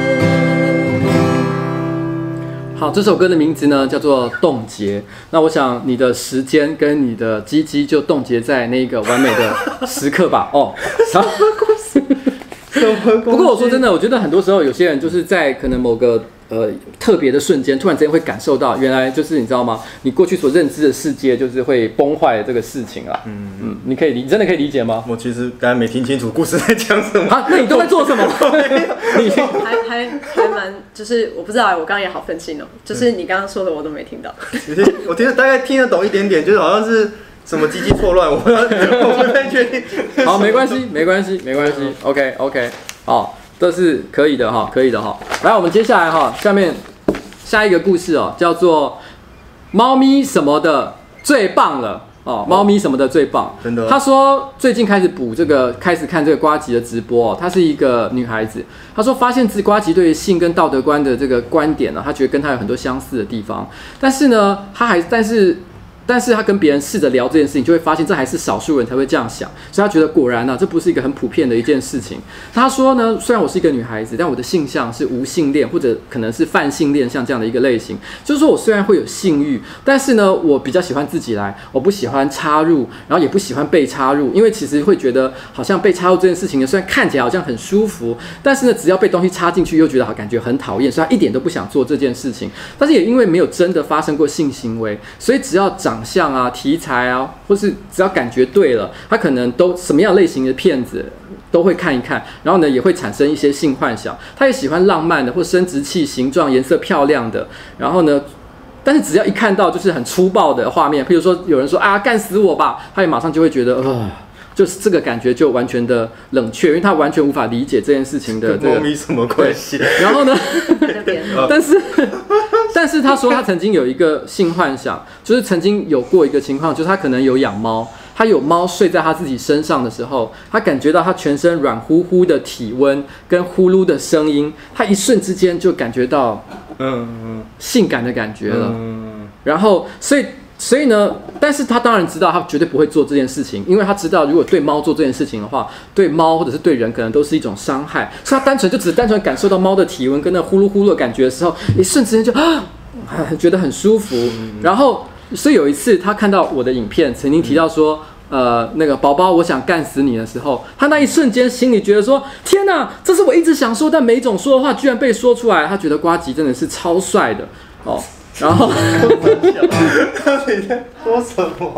好，这首歌的名字呢叫做《冻结》。那我想你的时间跟你的鸡鸡就冻结在那个完美的时刻吧。哦，什么故事？不过我说真的，我觉得很多时候有些人就是在可能某个呃特别的瞬间，突然之间会感受到，原来就是你知道吗？你过去所认知的世界就是会崩坏的这个事情啊。嗯嗯，你可以理，你真的可以理解吗？ 我其实刚才没听清楚故事在讲什么。 啊，那你都在做什么？ 你还还还蛮，就是我不知道，我刚刚也好分心哦，就是你刚刚说的我都没听到。 我听得大概听得懂一点点，就是好像是什么鸡鸡错乱，我我不太确定。 好，没关系，没关系，没关系。OK OK， 好，这是可以的哈，可以的哈。来，我们接下来哈，下面下一个故事哦，叫做猫咪什么的最棒了。哦，猫咪什么的最棒， 真的。 他说最近开始补这个，开始看这个呱吉的直播哦。她是一个女孩子，她说发现自呱吉对于性跟道德观的这个观点呢，她觉得跟她有很多相似的地方。但是呢，她还但是但是他跟别人试着聊这件事情，就会发现这还是少数人才会这样想，所以他觉得果然呢、啊，这不是一个很普遍的一件事情。他说呢，虽然我是一个女孩子，但我的性向是无性恋或者可能是泛性恋，像这样的一个类型，就是说我虽然会有性欲，但是呢，我比较喜欢自己来，我不喜欢插入，然后也不喜欢被插入，因为其实会觉得好像被插入这件事情呢，虽然看起来好像很舒服，但是呢，只要被东西插进去，又觉得好感觉很讨厌，所以他一点都不想做这件事情。但是也因为没有真的发生过性行为，所以只要长相啊、题材啊，或是只要感觉对了，他可能都什么样类型的片子都会看一看，然后呢也会产生一些性幻想。他也喜欢浪漫的或生殖器形状、颜色漂亮的，然后呢。但是只要一看到就是很粗暴的画面，譬如说有人说啊干死我吧，他也马上就会觉得呃，就是这个感觉就完全的冷却，因为他完全无法理解这件事情的这个。 跟猫咪什么关系？ 然后呢？ 那边但是但是他说他曾经有一个性幻想，就是曾经有过一个情况，就是他可能有养猫。他有猫睡在他自己身上的时候，他感觉到他全身软乎乎的体温跟呼噜的声音，他一瞬之间就感觉到，嗯嗯，性感的感觉了。嗯，然后所以所以呢，但是他当然知道他绝对不会做这件事情，因为他知道如果对猫做这件事情的话，对猫或者是对人可能都是一种伤害，所以他单纯就只是单纯感受到猫的体温跟那呼噜呼噜的感觉的时候，一瞬之间就啊，觉得很舒服，然后。所以有一次，他看到我的影片，曾经提到说，呃，那个宝宝，我想干死你的时候，他那一瞬间心里觉得说，天哪，这是我一直想说但没种说的话，居然被说出来。他觉得呱吉真的是超帅的哦。然后， 你在说什么？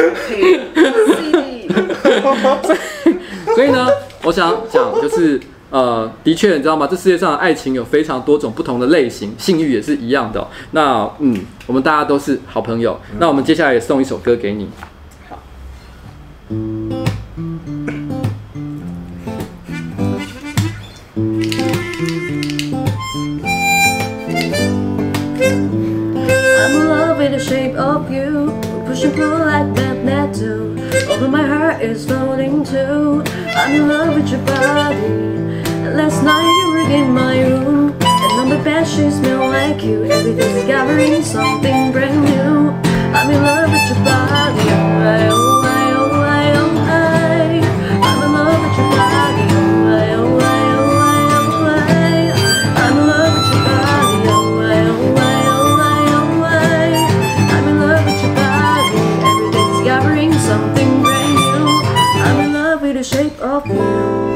所以呢，我想讲就是。呃，的确，你知道吗？这世界上的爱情有非常多种不同的类型，性欲也是一样的、哦。那嗯，我们大家都是好朋友。那我们接下来也送一首歌给你。好。 I'm in love with the shape of you, push and pull like magnet do. Although my heart is floating too, I'm in love with your body. Last night you were in my room, and on the bed she smelled like you. Everything's discovering something brand new. I'm in love with your body, oh I, oh I, oh I, oh I. I'm in love with your body, oh I, oh I, oh I, oh I. I'm in love with your body, oh I, oh I, oh I, oh I. I'm in love with your body, everything's discovering something brand new. I'm in love with the shape of you.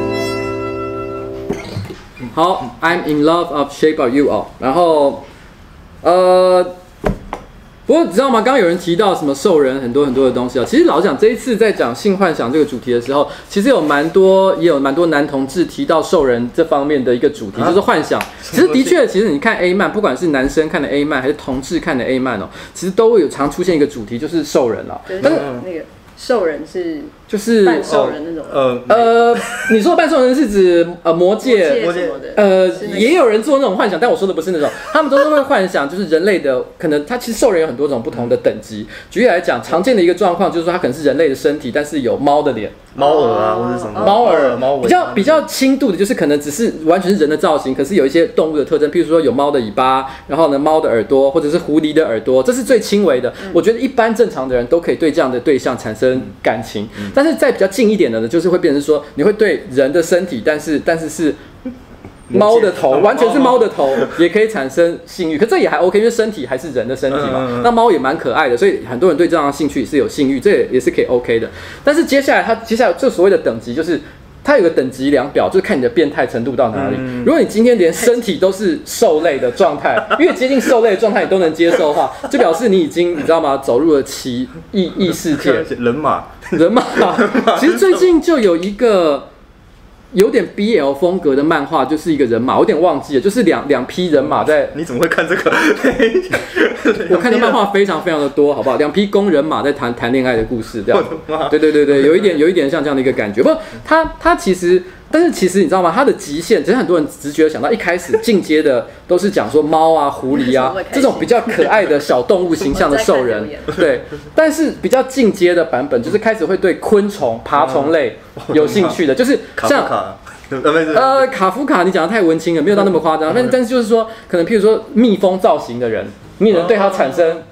好 ，I'm in love of shape of you 哦，然后，呃，不过你知道吗？刚刚有人提到什么兽人很多很多的东西啊。其实老实讲，这一次在讲性幻想这个主题的时候，其实有蛮多也有蛮多男同志提到兽人这方面的一个主题，啊、就是幻想。其实的确，其实你看 A 漫，不管是男生看的 A 漫还是同志看的 A 漫哦，其实都会有常出现一个主题，就是兽人了。 但是那个兽人是。 就是半兽人那种， 呃呃，你说的半兽人是指呃魔界， 魔界什么的， 呃，也有人做那种幻想，但我说的不是那种，他们都是会幻想，就是人类的可能，它其实兽人有很多种不同的等级。举例来讲，常见的一个状况就是说，它可能是人类的身体，但是有猫的脸， 猫耳啊，或者什么猫耳， 猫尾， 比较比较轻度的，就是可能只是完全是人的造型，可是有一些动物的特征，譬如说有猫的尾巴，然后呢猫的耳朵，或者是狐狸的耳朵，这是最轻微的。嗯、我觉得一般正常的人都可以对这样的对象产生感情，嗯、但是在比较近一点的呢，就是会变成说，你会对人的身体，但是但是是猫的头，完全是猫的头，也可以产生性欲。可这也还 OK， 因为身体还是人的身体嘛。那猫也蛮可爱的，所以很多人对这样的兴趣是有性欲，这也也是可以 OK 的。但是接下来，它接下来这所谓的等级就是。它有个等级量表，就是看你的变态程度到哪里。嗯、如果你今天连身体都是兽类的状态，越接近兽类的状态你都能接受的话，就表示你已经你知道吗？走入了奇异异世界。 人马， 人马。其实最近就有一个有点 B L 风格的漫画，就是一个人马，我有点忘记了，就是两两匹人马在。 你怎么会看这个？ 我看的漫画非常非常的多，好不好？两匹公人马在谈谈恋爱的故事，这样。对对对对，有一点有一点像这样的一个感觉。不过他他其实，但是其实你知道吗？他的极限，其实很多人直觉想到一开始进阶的都是讲说猫啊、狐狸啊这种比较可爱的小动物形象的兽人，对。但是比较进阶的版本，就是开始会对昆虫、爬虫类有兴趣的，就是像。呃，卡夫卡，你讲的太文青了，没有到那么夸张。但但是就是说，可能譬如说蜜蜂造型的人，蜜人对他产生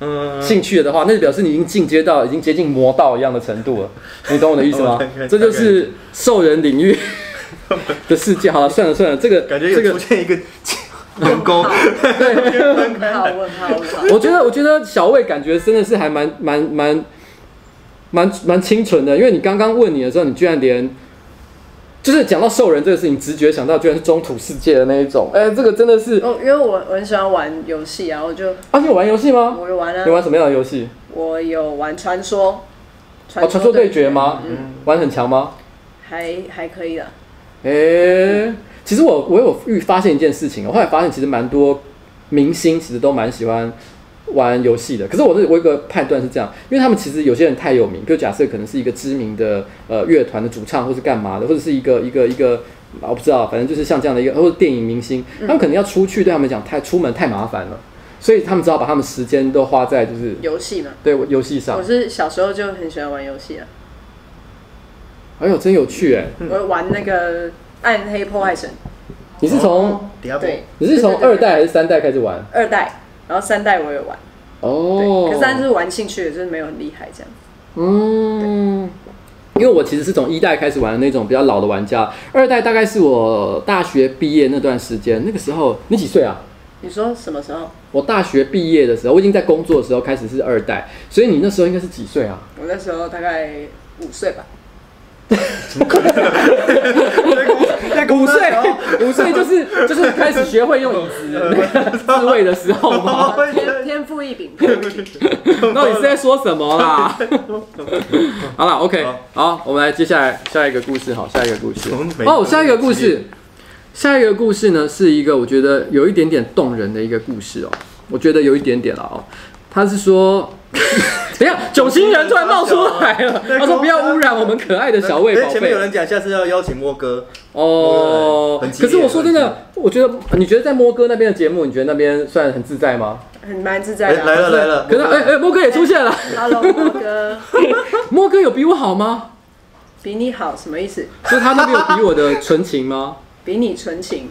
嗯兴趣了的话，那就表示你已经进阶到已经接近魔道一样的程度了。你懂我的意思吗？这就是兽人领域的世界。好了，算了算了，这个感觉有出现一个人工， 问号问号问号。 我觉得，我觉得小魏感觉真的是还蛮蛮蛮蛮蛮清纯的，因为你刚刚问你的时候，你居然连就是讲到兽人这个事情，直觉想到居然是中土世界的那一种，哎、欸，这个真的是哦，因为我我很喜欢玩游戏啊，我就啊，你有玩游戏吗？ 我有玩啊。 你玩什么样的游戏？ 我有玩传说， 传说对决吗？嗯，玩很强吗？ 还还可以啦。 哎、欸，其实我我有预发现一件事情，我后来发现其实蛮多明星其实都蛮喜欢玩游戏的。可是我是我有一个判断是这样，因为他们其实有些人太有名，就假设可能是一个知名的呃乐团的主唱，或是干嘛的，或者是一个一个一个我不知道，反正就是像这样的一个，或者电影明星，他们可能要出去，对他们讲太出门太麻烦了。所以他们只好把他们时间都花在就是游戏嘛， 对游戏上。 我是小时候就很喜欢玩游戏啊。 哎呦，真有趣哎！ 我玩那个暗黑破坏神。 你是从对， 你是从二代还是三代开始玩？ 二代，然后三代我有玩。 哦。 可是三就是玩兴趣的，就是没有很厉害这样。 嗯。因为我其实是从一代开始玩的那种比较老的玩家，二代大概是我大学毕业那段时间，那个时候你几岁啊？ 你说什么时候？ 我大学毕业的时候，我已经在工作的时候开始是二代，所以你那时候应该是几岁啊？ 我那时候大概五岁吧。 五岁，五岁就是就是开始学会用椅子自慰的时候吗？ 天天赋异禀。 那你是在说什么啦？好了 ，OK， 好，我们来接下来下一个故事，好，下一个故事。哦，下一个故事，下一个故事呢是一个我觉得有一点点动人的一个故事哦，我觉得有一点点了哦。他是说。等一下，九星人突然冒出来了，他说不要污染我们可爱的小魏宝贝。 前面有人讲，下次要邀请摸哥。 哦，可是我说真的，我觉得你觉得在摸哥那边的节目，你觉得那边算很自在吗？ 很蛮自在的、啊。 来了来了， 可是哎哎，摸哥也出现了。 Hello， 摸哥。 摸哥有比我好吗？ 比你好什么意思？ 就是他那边有比我的纯情吗？ 比你纯情。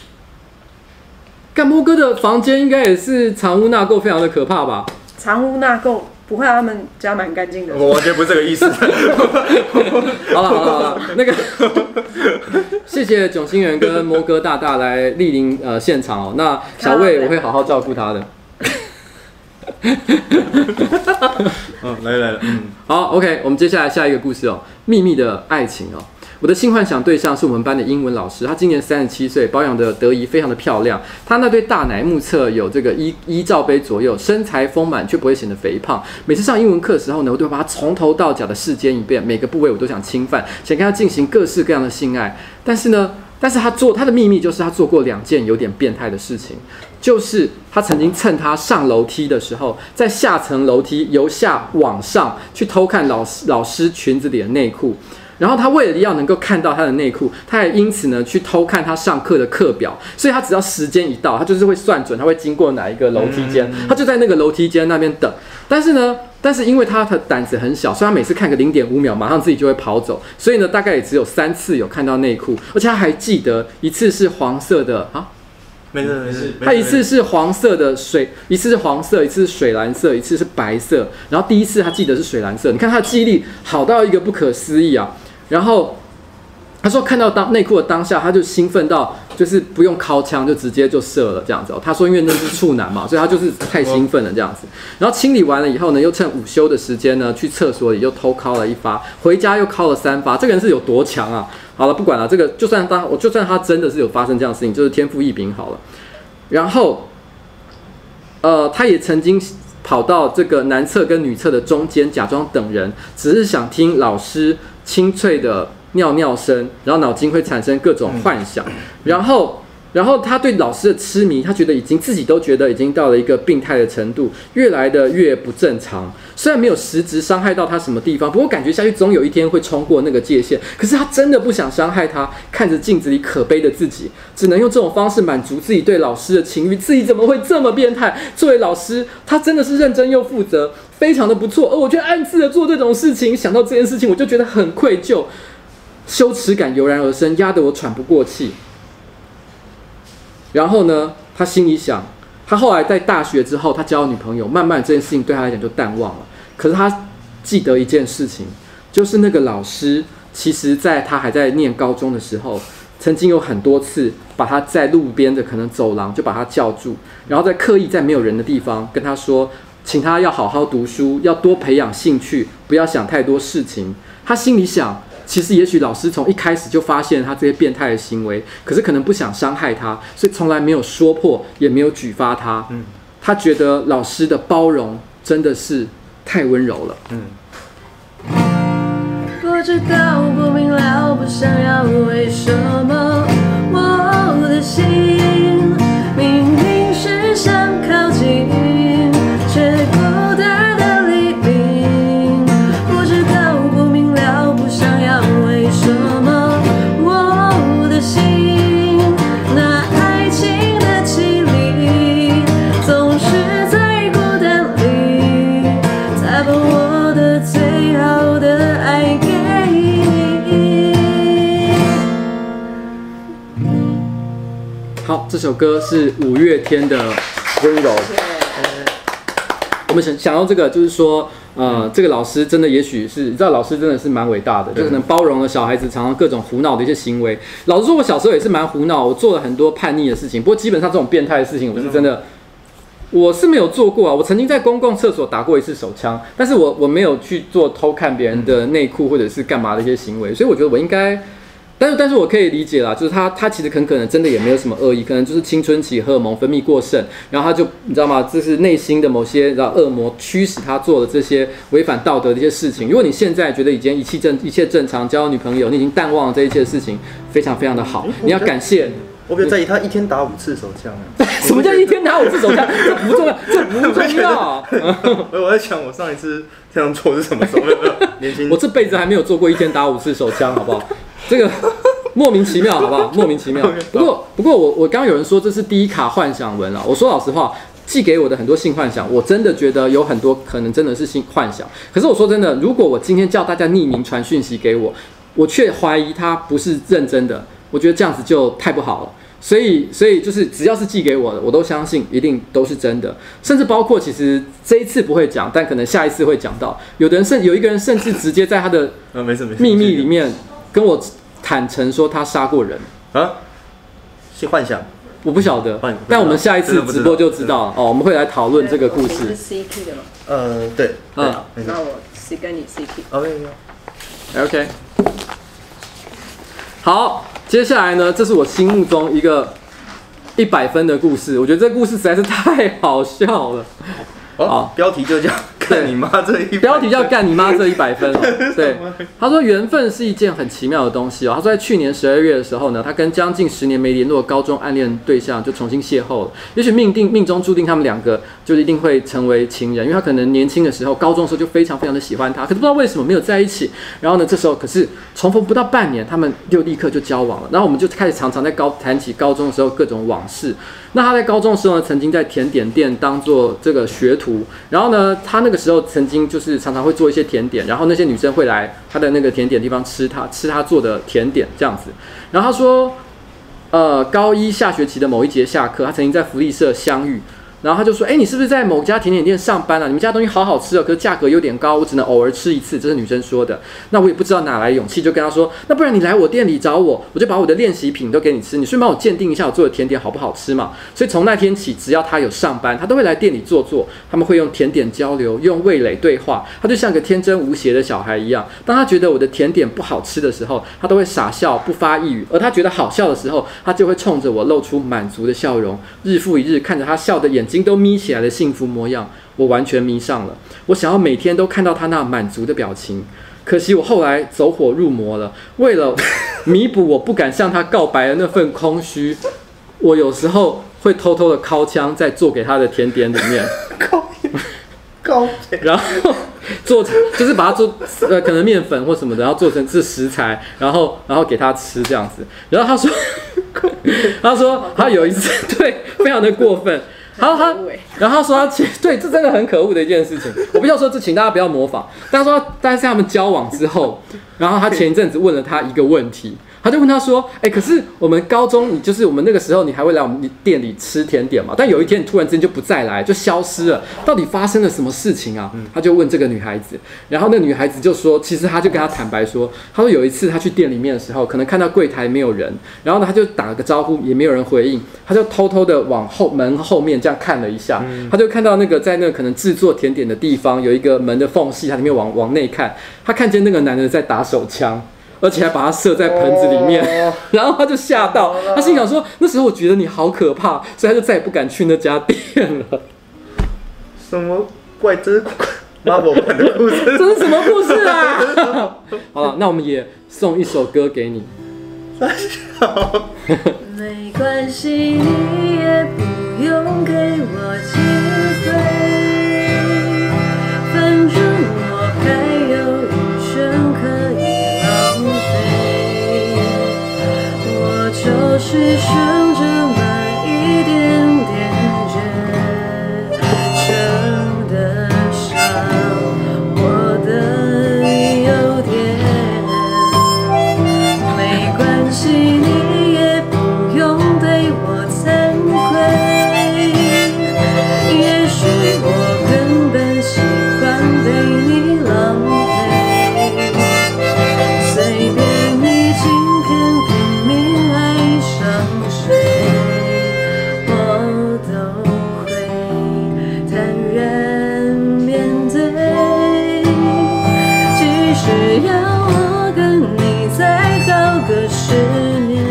干摸哥的房间应该也是藏污纳垢，非常的可怕吧？ 藏污纳垢不会、啊，他们家蛮干净的。 我完全不是这个意思。 好了好了好了，那个谢谢囧星人跟摸哥大大来莅临呃现场哦。那小魏我会好好照顾他的。 嗯，来来了，嗯， 好 ，OK， 我们接下来下一个故事哦，秘密的爱情哦。我的性幻想对象是我们班的英文老师，他今年三十七岁，保养的得宜，非常的漂亮。他那对大奶目测有这个一一罩杯左右，身材丰满却不会显得肥胖。每次上英文课的时候呢，我都会把他从头到脚的视奸一遍，每个部位我都想侵犯，想跟他进行各式各样的性爱。但是呢，但是他做他的秘密就是他做过两件有点变态的事情，就是他曾经趁他上楼梯的时候，在下层楼梯由下往上去偷看老师老师裙子里的内裤。然后他为了要能够看到他的内裤，他也因此呢去偷看他上课的课表，所以他只要时间一到，他就是会算准他会经过哪一个楼梯间，他就在那个楼梯间那边等。但是呢，但是因为他的胆子很小，所以他每次看个零点五秒，马上自己就会跑走。所以呢，大概也只有三次有看到内裤，而且他还记得一次是黄色的啊。 没事没事， 它一次是黄色的水，一次是黄色，一次是水蓝色，一次是白色。然后第一次他记得是水蓝色，你看他的记忆力好到一个不可思议啊！然后他说看到当内裤的当下，他就兴奋到就是不用尻枪就直接就射了这样子哦。他说因为那是处男嘛，所以他就是太兴奋了这样子。然后清理完了以后呢，又趁午休的时间呢，去厕所里又偷尻了一发，回家又尻了三发。这个人是有多强啊？好了，不管了，这个就算当我就算他真的是有发生这样的事情，就是天赋异禀好了。然后，呃，他也曾经跑到这个男厕跟女厕的中间，假装等人，只是想听老师清脆的尿尿声，然后脑筋会产生各种幻想，然后。然后他对老师的痴迷，他觉得已经自己都觉得已经到了一个病态的程度，越来的越不正常。虽然没有实质伤害到他什么地方，不过感觉下去总有一天会冲过那个界限。可是他真的不想伤害他，看着镜子里可悲的自己，只能用这种方式满足自己对老师的情欲。自己怎么会这么变态？作为老师，他真的是认真又负责，非常的不错。而我却暗自的做这种事情，想到这件事情，我就觉得很愧疚，羞耻感油然而生，压得我喘不过气。然后呢，他心里想， 他后来在大学之后，他交女朋友，慢慢这件事情对他来讲就淡忘了。可是他记得一件事情，就是那个老师，其实在他还在念高中的时候，曾经有很多次把他在路边的可能走廊就把他叫住，然后在刻意在没有人的地方跟他说，请他要好好读书，要多培养兴趣，不要想太多事情。他心里想，其实也许老师从一开始就发现他这些变态的行为，可是可能不想伤害他，所以从来没有说破，也没有举发他。嗯，他觉得老师的包容真的是太温柔了。嗯， 不知道，不明了，不想要，为什么我的心明明是想靠近，却孤单的黎明。不知道，不明了，不想要，为什么我的心那爱情的绮丽，总是在孤单里才把我的最好的爱给好，这首歌是五月天的《温柔》。我们想想到这个，就是说，呃，这个老师真的，也许是你知道，老师真的是蛮伟大的，就可能包容了小孩子常常各种胡闹的一些行为。老实说，我小时候也是蛮胡闹，我做了很多叛逆的事情。不过基本上这种变态的事情，我是真的，我是没有做过啊。我曾经在公共厕所打过一次手枪，但是我我没有去做偷看别人的内裤或者是干嘛的一些行为，所以我觉得我应该。但是，但是我可以理解啦，就是他，他其实很可能真的也没有什么恶意，可能就是青春期荷尔蒙分泌过剩，然后他就你知道吗？这是内心的某些然后恶魔驱使他做了这些违反道德的一些事情。如果你现在觉得已经一切正一切正常，交女朋友，你已经淡忘了这一切的事情，非常非常的好，你要感谢。 我比较在意他一天打五次手枪啊！ 什么叫一天打五次手枪？这不重要，这不重要。 我在想，我上一次这样做是什么时候？年轻， 我这辈子还没有做过一天打五次手枪，好不好？这个莫名其妙，好不好？莫名其妙。不过，不过我我刚刚有人说这是第一卡幻想文啊。我说老实话，寄给我的很多性幻想，我真的觉得有很多可能真的是性幻想。可是我说真的，如果我今天叫大家匿名传讯息给我，我却怀疑他不是认真的，我觉得这样子就太不好了。所以，所以就是只要是寄给我的，我都相信一定都是真的，甚至包括其实这一次不会讲，但可能下一次会讲到。有的人甚有一个人甚至直接在他的秘密里面跟我坦诚说他杀过人啊，是幻想， 我不晓得，但我们下一次直播就知道了哦。我们会来讨论这个故事。 是 C K 的吗？ 呃，对，嗯， 那我 C 跟你 C K。 OK OK。好，接下来呢，这是我心目中一个一百分的故事。我觉得这个故事实在是太好笑了。 哦，标题就叫“干你妈这一”， 标题叫“干你妈这一百分”哦。对，他说缘分是一件很奇妙的东西哦。他说在去年十二月的时候呢，他跟将近十年没联络的高中暗恋对象就重新邂逅了。也许命定命中注定他们两个就一定会成为情人，因为他可能年轻的时候，高中的时候就非常非常的喜欢他，可是不知道为什么没有在一起。然后呢，这时候可是重逢不到半年，他们就立刻就交往了。然后我们就开始常常在高谈起高中的时候各种往事。那他在高中的时候呢，曾经在甜点店当做这个学徒，然后呢，他那个时候曾经就是常常会做一些甜点，然后那些女生会来他的那个甜点地方吃他吃他做的甜点这样子。然后他说，呃，高一下学期的某一节下课，他曾经在福利社相遇。然后他就说：“哎，你是不是在某家甜点店上班啊？你们家东西好好吃哦，可是价格有点高，我只能偶尔吃一次。”这是女生说的。那我也不知道哪来勇气，就跟他说：“那不然你来我店里找我，我就把我的练习品都给你吃，你顺便帮我鉴定一下我做的甜点好不好吃嘛。”所以从那天起，只要他有上班，他都会来店里坐坐。他们会用甜点交流，用味蕾对话。他就像个天真无邪的小孩一样。当他觉得我的甜点不好吃的时候，他都会傻笑不发一语；而他觉得好笑的时候，他就会冲着我露出满足的笑容。日复一日，看着他笑的眼睛都眯起来的幸福模样，我完全迷上了。我想要每天都看到他那满足的表情。可惜我后来走火入魔了，为了弥补我不敢向他告白的那份空虚，我有时候会偷偷的敲枪在做给他的甜点里面。 高， 然后做就是把它做呃可能面粉或什么的，然后做成是食材，然后然后给他吃这样子。然后他说，他说他有一次对非常的过分。然后他，然后他说他前对，这真的很可恶的一件事情。我必须要说，这请大家不要模仿。但他说，但是他们交往之后，然后他前一阵子问了他一个问题， 他就问他说：“哎、欸，可是我们高中，你就是我们那个时候，你还会来我们店里吃甜点嘛？但有一天你突然之间就不再来，就消失了，到底发生了什么事情啊？”他就问这个女孩子，然后那个女孩子就说：“其实他就跟他坦白说，他说有一次他去店里面的时候，可能看到柜台没有人，然后呢他就打了个招呼，也没有人回应，他就偷偷的往后门后面这样看了一下，他就看到那个在那个可能制作甜点的地方有一个门的缝隙，他里面往往内看，他看见那个男的在打手枪。”而且还把它射在盆子里面，哦、然后他就吓到，他心想说：“那时候我觉得你好可怕，所以他就再也不敢去那家店了。” 什么怪这是 Marvel 版的故事？ 这是什么故事啊？好了，那我们也送一首歌给你。 没关系，你也不用给我机会，反正我还有一生可以。就是顺着那一点点觉撑得上我的优点，没关系，你也不用对我惭愧，也许我根本喜欢对你浪费，随便你今天拼命爱我都会坦然面对，即使要我跟你再耗个十年，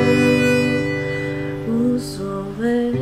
无所谓。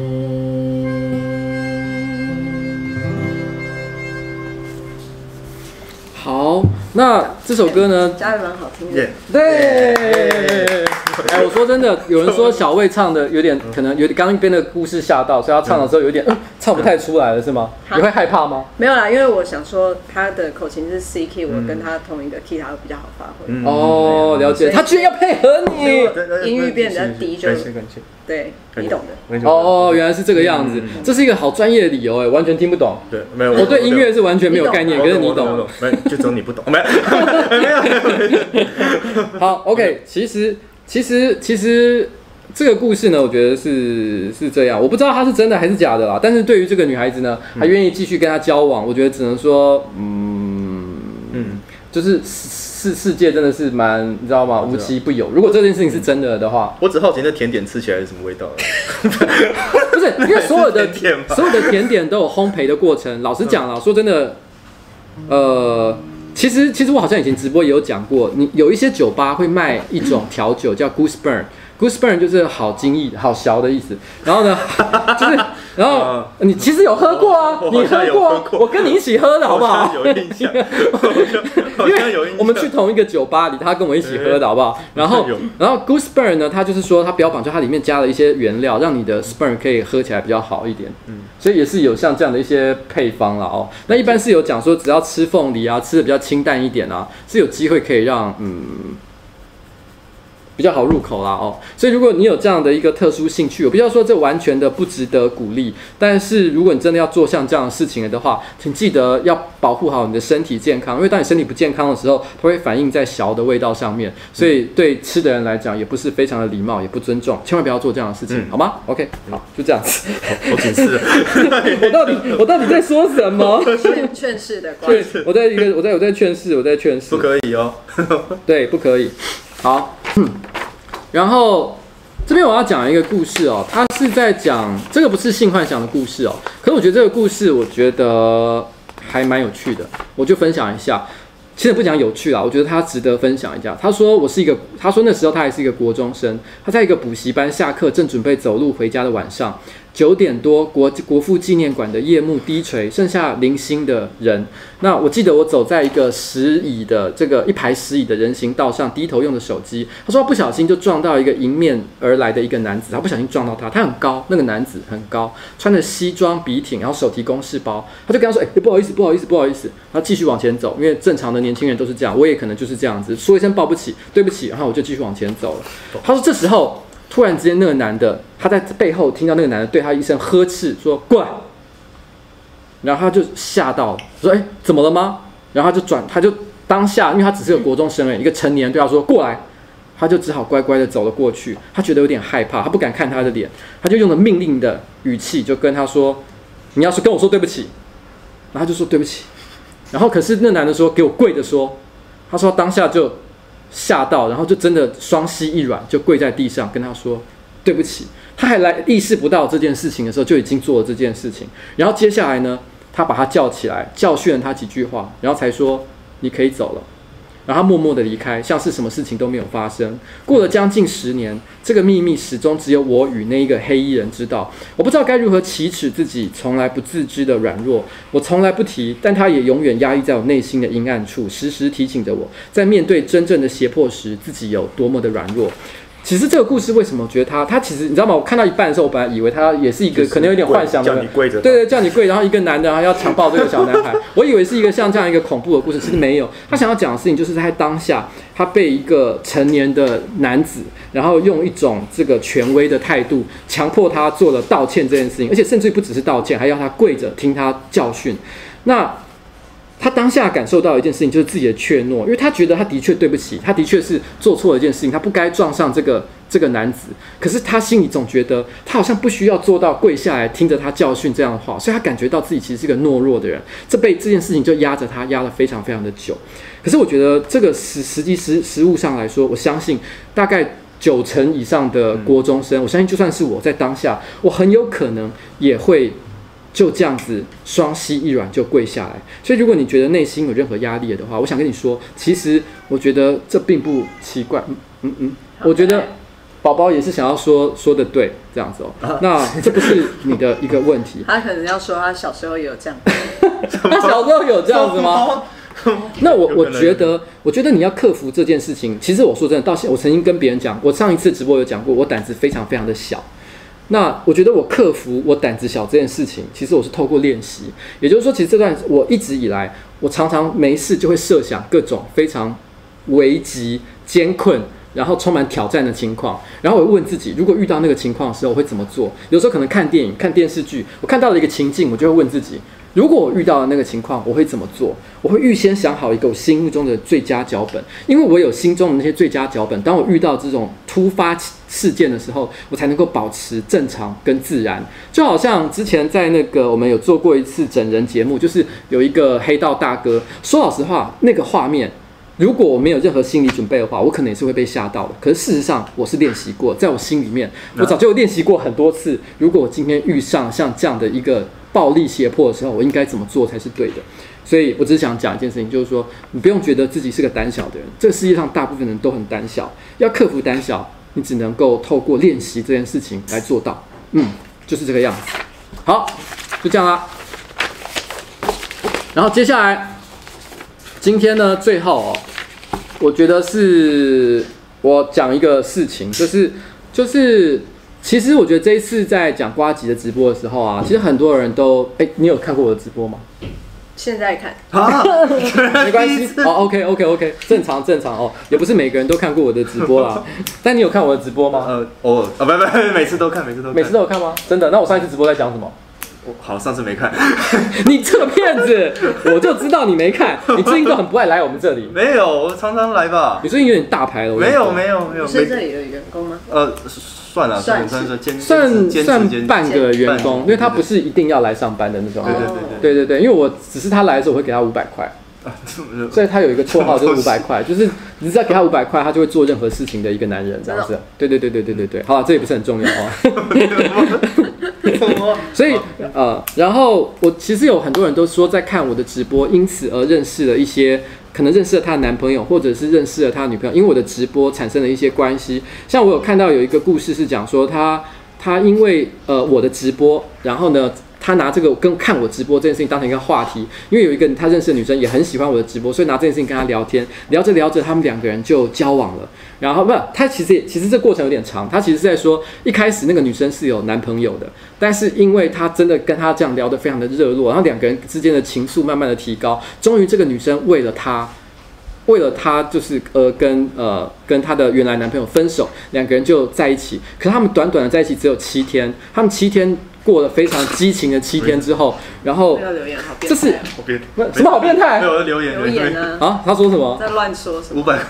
好，那这首歌呢？ 家人蛮好听的。 Yeah. 对。哎，我说真的，有人说小魏唱的有点可能有点刚被那个故事吓到，所以他唱的时候有点、嗯、唱不太出来了，是吗？你会害怕吗？ 没有啦，因为我想说他的口琴是 C key，、嗯、我跟他同一个 key， 他会比较好发挥。嗯、 哦，了解。他居然要配合你， 音域变比较低就对，你懂的。 哦，原来是这个样子，嗯、这是一个好专业的理由哎，完全听不懂。 对，没有， 我对音乐是完全没有概念，可是你懂， 没就只有你不懂，没有，没有。 好 ，OK， 其实。其实，其实这个故事呢，我觉得是是这样，我不知道它是真的还是假的啦。但是对于这个女孩子呢，还愿意继续跟他交往，我觉得只能说，嗯嗯，就是世世界真的是蛮，你知道吗？无奇不有。如果这件事情是真的的话， 我只好奇那甜点吃起来是什么味道。 不是，因为所有的所有的甜点都有烘焙的过程。老实讲啦，说真的，呃。其实，其实我好像以前直播也有讲过，你有一些酒吧会卖一种调酒叫 Goose Burn，Goose Burn 就是好精益、好小的意思。然后呢，就是，然后你其实有喝过啊，你喝过，我跟你一起喝的好不好？ 有印象， 因为我们去同一个酒吧里，他跟我一起喝的好不好？然后，然后 Goose Burn 呢，它就是说它标榜就它里面加了一些原料，让你的 Burn 可以喝起来比较好一点。嗯。所以也是有像这样的一些配方啦哦，那一般是有讲说，只要吃凤梨啊，吃的比较清淡一点啊，是有机会可以让嗯比较好入口啦哦。所以如果你有这样的一个特殊兴趣，我不要说这完全的不值得鼓励，但是如果你真的要做像这样的事情的话，请记得要保护好你的身体健康，因为当你身体不健康的时候，它会反映在小的味道上面，所以对吃的人来讲也不是非常的礼貌，也不尊重，千万不要做这样的事情，嗯、好吗 ？OK， 好，就这样子。 好警示了， 我到底我到底在说什么？ 劝劝世的关系。 我在一个我在我在劝世，我在劝世。 不可以哦。 对，不可以。好。然后这边我要讲一个故事哦，它是在讲这个不是性幻想的故事哦，可是我觉得这个故事我觉得还蛮有趣的，我就分享一下。其实不讲有趣啦，我觉得他值得分享一下。他说我是一个，他说那时候他还是一个国中生，他在一个补习班下课，正准备走路回家的晚上，九点多，国国父纪念馆的夜幕低垂，剩下零星的人。那我记得我走在一个石椅的这个一排石椅的人行道上，低头用的手机。他说他不小心就撞到一个迎面而来的一个男子，他不小心撞到他，他很高，那个男子很高，穿着西装笔挺，然后手提公事包，他就跟他说：“哎、欸，不好意思，不好意思，不好意思。”他继续往前走，因为正常的年轻人都是这样，我也可能就是这样子，说一声抱不起，对不起，然后我就继续往前走了。他说这时候突然之间那个男的，他在背后听到那个男的对他一声呵斥，说过来，然后他就吓到了，说：“哎，怎么了吗？”然后他就转，他就当下，因为他只是个国中生而已，一个成年人对他说过来， 他就只好乖乖的走了过去。他觉得有点害怕，他不敢看他的脸，他就用了命令的语气就跟他说：“你要是跟我说对不起。”然后他就说对不起。然后可是那男的说：“给我跪着说。”他说当下就吓到，然后就真的双膝一软，就跪在地上跟他说对不起。他还来意识不到这件事情的时候，就已经做了这件事情。然后接下来呢，他把他叫起来，教训了他几句话，然后才说你可以走了。然后他默默的离开，像是什么事情都没有发生。过了将近十年，这个秘密始终只有我与那一个黑衣人知道。我不知道该如何启齿自己从来不自知的软弱，我从来不提，但它也永远压抑在我内心的阴暗处，时时提醒着我，在面对真正的胁迫时，自己有多么的软弱。其实这个故事为什么我觉得他他其实你知道吗？我看到一半的时候，我本来以为他也是一个可能有点幻想的， 叫你跪着， 对对，叫你跪，然后一个男的，然后要强暴这个小男孩，我以为是一个像这样一个恐怖的故事，其实没有。他想要讲的事情就是在当下，他被一个成年的男子，然后用一种这个权威的态度，强迫他做了道歉这件事情，而且甚至不只是道歉，还要他跪着听他教训。那他当下感受到一件事情，就是自己的怯懦，因为他觉得他的确对不起，他的确是做错了一件事情，他不该撞上这个这个男子。可是他心里总觉得他好像不需要做到跪下来听着他教训这样的话，所以他感觉到自己其实是个懦弱的人。这被这件事情就压着他，压了非常非常的久。可是我觉得这个实实际实实务上来说，我相信大概九成以上的国中生，我相信就算是我在当下，我很有可能也会就这样子双膝一软就跪下来。所以如果你觉得内心有任何压力的话，我想跟你说，其实我觉得这并不奇怪。嗯嗯嗯，我觉得宝宝也是想要说说的对这样子哦。那这不是你的一个问题。 他可能要说他小时候也有这样。 他小时候有这样子吗？那我我觉得，我觉得你要克服这件事情。其实我说真的，到现我曾经跟别人讲，我上一次直播有讲过，我胆子非常非常的小。那我觉得我克服我胆子小这件事情，其实我是透过练习。也就是说，其实这段我一直以来，我常常没事就会设想各种非常危急、艰困，然后充满挑战的情况，然后我会问自己，如果遇到那个情况的时候，我会怎么做？有时候可能看电影、看电视剧，我看到了一个情境，我就会问自己，如果我遇到了那个情况，我会怎么做？我会预先想好一个我心目中的最佳脚本，因为我有心中的那些最佳脚本，当我遇到这种突发事件的时候，我才能够保持正常跟自然。就好像之前在那个我们有做过一次整人节目，就是有一个黑道大哥，说老实话，那个画面如果我没有任何心理准备的话，我可能也是会被吓到的。可是事实上，我是练习过，在我心里面，我早就练习过很多次。如果我今天遇上像这样的一个暴力胁迫的时候，我应该怎么做才是对的？所以我只是想讲一件事情，就是说，你不用觉得自己是个胆小的人，这个世界上大部分人都很胆小。要克服胆小，你只能够透过练习这件事情来做到。嗯，就是这个样子。好，就这样啦。然后接下来。今天呢，最后哦，我觉得是我讲一个事情，就是就是，其实我觉得这一次在讲呱吉的直播的时候啊，其实很多人都，哎，你有看过我的直播吗？ 现在看啊， 没关系哦 ，OK OK OK， 正常正常哦，也不是每个人都看过我的直播啦。但你有看我的直播吗？ 呃，偶尔啊，不不，每次都看，每次都看， 每次都有看吗？真的？那我上一次直播在讲什么？ 好，上次没看。 你这个骗子，我就知道你没看。你最近都很不爱来我们这里。 没有，我常常来吧。 你最近有点大牌了。 没有，没有，没有。 你是这里的员工吗？ 呃，算了，算算算兼算算半个员工， 兼因为他不是一定要来上班的那种。 对对对对对对，因为我只是他来的时候我会给他五百块。所以他有一个绰号就是五百块，就是你只要给他五百块，他就会做任何事情的一个男人这样子。对对对对对对对，好了，这也不是很重要哦。所以呃，然后我其实有很多人都说在看我的直播，因此而认识了一些，可能认识了她的男朋友，或者是认识了她的女朋友，因为我的直播产生了一些关系。像我有看到有一个故事是讲说他他因为呃我的直播，然后呢。他拿这个跟看我直播这件事情当成一个话题，因为有一个他认识的女生也很喜欢我的直播，所以拿这件事情跟他聊天，聊着聊着，他们两个人就交往了。然后不，他其实也其实这过程有点长，他其实是在说一开始那个女生是有男朋友的，但是因为他真的跟他这样聊得非常的热络，然后两个人之间的情愫慢慢的提高，终于这个女生为了他。为了他就是呃跟呃跟他的原来男朋友分手，两个人就在一起。可是他们短短的在一起只有七天，他们七天过了非常激情的七天之后，然后这是什么好变态？ 没有留言留言啊！ 啊，他说什么？ 在乱说什么？ 五百。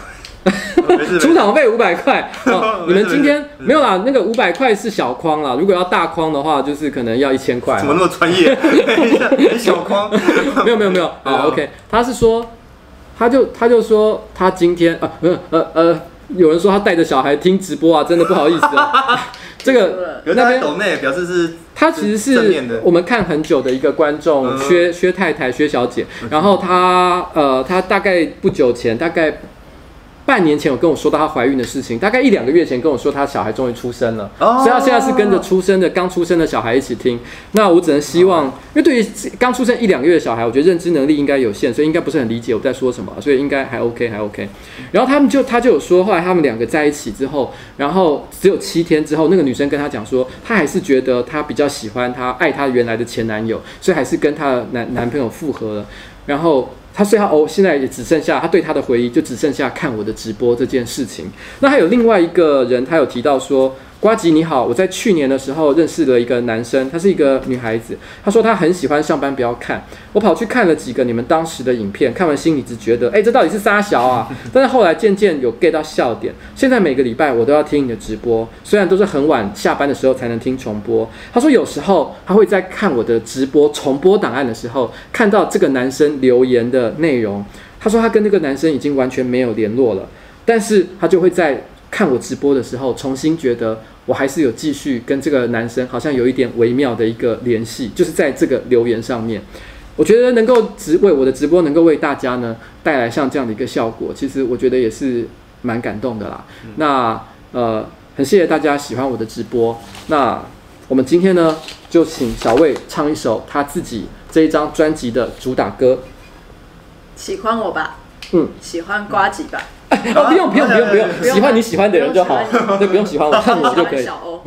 出场费五百块哦。你们今天没有啦，那个五百块是小框啦，如果要大框的话，就是可能要一千块。 怎么那么专业？小框？ 没有没有没有，好 OK。他是说，他就他就说他今天啊，呃呃呃，有人说他带着小孩听直播啊，真的不好意思啊。这个那边抖内表示是， 他其实是我们看很久的一个观众，薛薛太太薛小姐，然后她呃，她大概不久前，大概半年前有跟我说到她怀孕的事情，大概一两个月前跟我说她小孩终于出生了，哦、所以她现在是跟着出生的刚出生的小孩一起听。那我只能希望，因为对于刚出生一两个月的小孩，我觉得认知能力应该有限，所以应该不是很理解我在说什么，所以应该还 OK 还 OK。然后他们就他就有说，后来他们两个在一起之后，然后只有七天之后，那个女生跟他讲说，她还是觉得她比较喜欢她爱她原来的前男友，所以还是跟她的男男朋友复合了。然后他所以他哦，现在也只剩下他对他的回忆，就只剩下看我的直播这件事情。那还有另外一个人，他有提到说，呱吉你好，我在去年的时候认识了一个男生，她是一个女孩子，她说她很喜欢上班不要看，我跑去看了几个你们当时的影片，看完心里只觉得，哎、欸，这到底是啥小啊？但是后来渐渐有 get 到笑点，现在每个礼拜我都要听你的直播，虽然都是很晚下班的时候才能听重播。她说有时候她会在看我的直播重播档案的时候，看到这个男生留言的内容，她说她跟这个男生已经完全没有联络了，但是她就会在看我直播的时候，重新觉得我还是有继续跟这个男生好像有一点微妙的一个联系，就是在这个留言上面。我觉得能够直为我的直播能够为大家呢带来像这样的一个效果，其实我觉得也是蛮感动的啦。嗯、那呃，很谢谢大家喜欢我的直播。那我们今天呢，就请小魏唱一首他自己这一张专辑的主打歌。 喜欢我吧，嗯，喜欢呱吉吧。 哦，不用不用不用不用，喜欢你喜欢的人就好，对，不用喜欢我，看我就可以。 小欧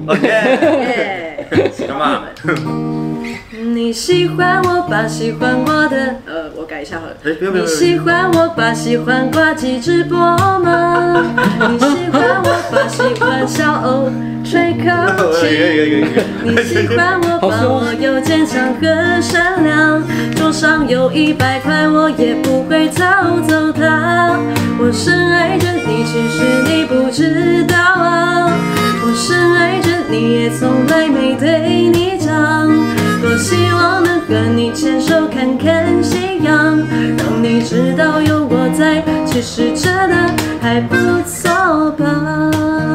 ，OK， 喜欢吗？ 你喜欢我吧，喜欢我的， 呃，我改一下好了。 你喜欢我吧，喜欢呱吉直播吗？你喜欢我吧，喜欢小欧吹口气。你喜欢我吧，我有坚强和善良，桌上有一百块，我也不会掏走它。我深爱着你，其实你不知道啊。我深爱着你，也从来没对你讲。多希望能和你牵手看看夕阳，让你知道有我在，其实真的还不错吧。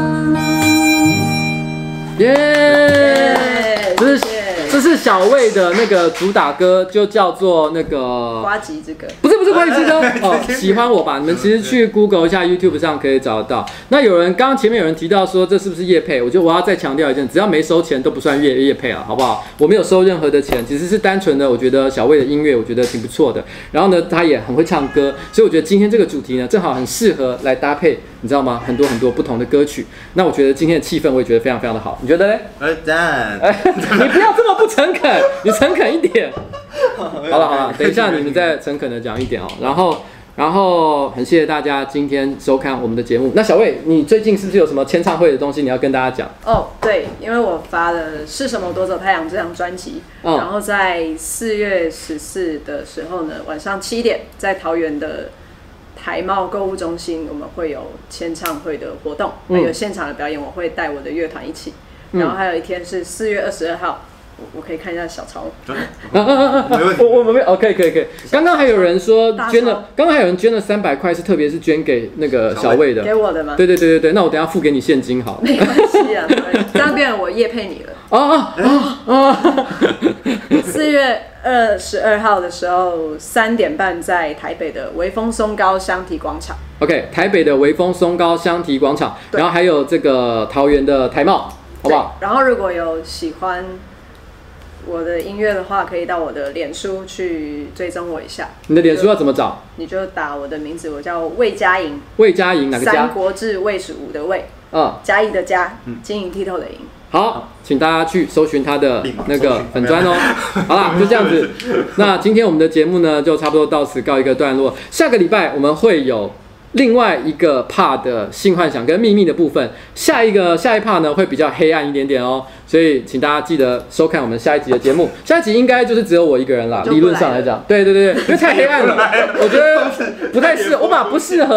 耶、yeah! 这是这是小魏的那个主打歌，就叫做那个呱吉之歌， 不是不是呱吉之歌哦，喜欢我吧？你们其实去 Google 一下 YouTube 上可以找得到。那有人刚刚前面有人提到说这是不是业配？我觉得我要再强调一件，只要没收钱都不算业业配了，好不好？我没有收任何的钱，其实是单纯的，我觉得小魏的音乐我觉得挺不错的。然后呢，他也很会唱歌，所以我觉得今天这个主题呢，正好很适合来搭配，你知道吗？很多很多不同的歌曲。那我觉得今天的气氛我也觉得非常非常的好，你觉得呢？ 哎，赞！ 你不要这么不诚恳，你诚恳一点。好了好了，等一下你们再诚恳的讲一点哦。然后，然后很谢谢大家今天收看我们的节目。那小魏，你最近是不是有什么签唱会的东西你要跟大家讲？ 哦，对，因为我发了《是什么夺走太阳》这张专辑，嗯、然后在四月十四的时候呢，晚上七点在桃园的台贸购物中心，我们会有签唱会的活动，会、嗯、有现场的表演，我会带我的乐团一起。然后还有一天是四月二十二号。我可以看一下小抄。 啊啊啊啊！我我们哦，可以可以可以。刚刚还有人说捐了，刚刚还有人捐了三百块，是特别是捐给那个小魏的， 给我的吗？ 对对对对对，那我等一下付给你现金好了。 没关系啊，这样变成我业配你了。 啊啊啊！ 四月二十二号的时候，三点半在台北的微风松高香堤广场。 OK， 台北的微风松高香堤广场，然后还有这个桃园的台贸，好不好？ 然后如果有喜欢我的音乐的话，可以到我的脸书去追踪我一下。 你的脸书要怎么找？ 你就打我的名字，我叫魏佳莹。 魏佳莹哪个家？ 三国志魏蜀吴的魏，嗯，嘉义的嘉，晶莹剔透的莹。 好，请大家去搜寻他的那个粉专哦。好啦，就这样子。那今天我们的节目呢，就差不多到此告一个段落。下个礼拜我们会有另外一个 part 的性幻想跟秘密的部分，下一个下一 part 呢会比较黑暗一点点哦，所以请大家记得收看我们下一集的节目。下一集应该就是只有我一个人啦，理论上来讲，对对对对，因为太黑暗了，我觉得不太适合，我把不适合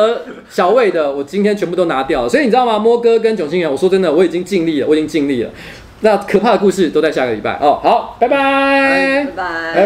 小魏的，我今天全部都拿掉了。所以你知道吗？摸哥跟囧星人，我说真的，我已经尽力了，我已经尽力了。那可怕的故事都在下个礼拜哦。好，拜拜， 拜拜。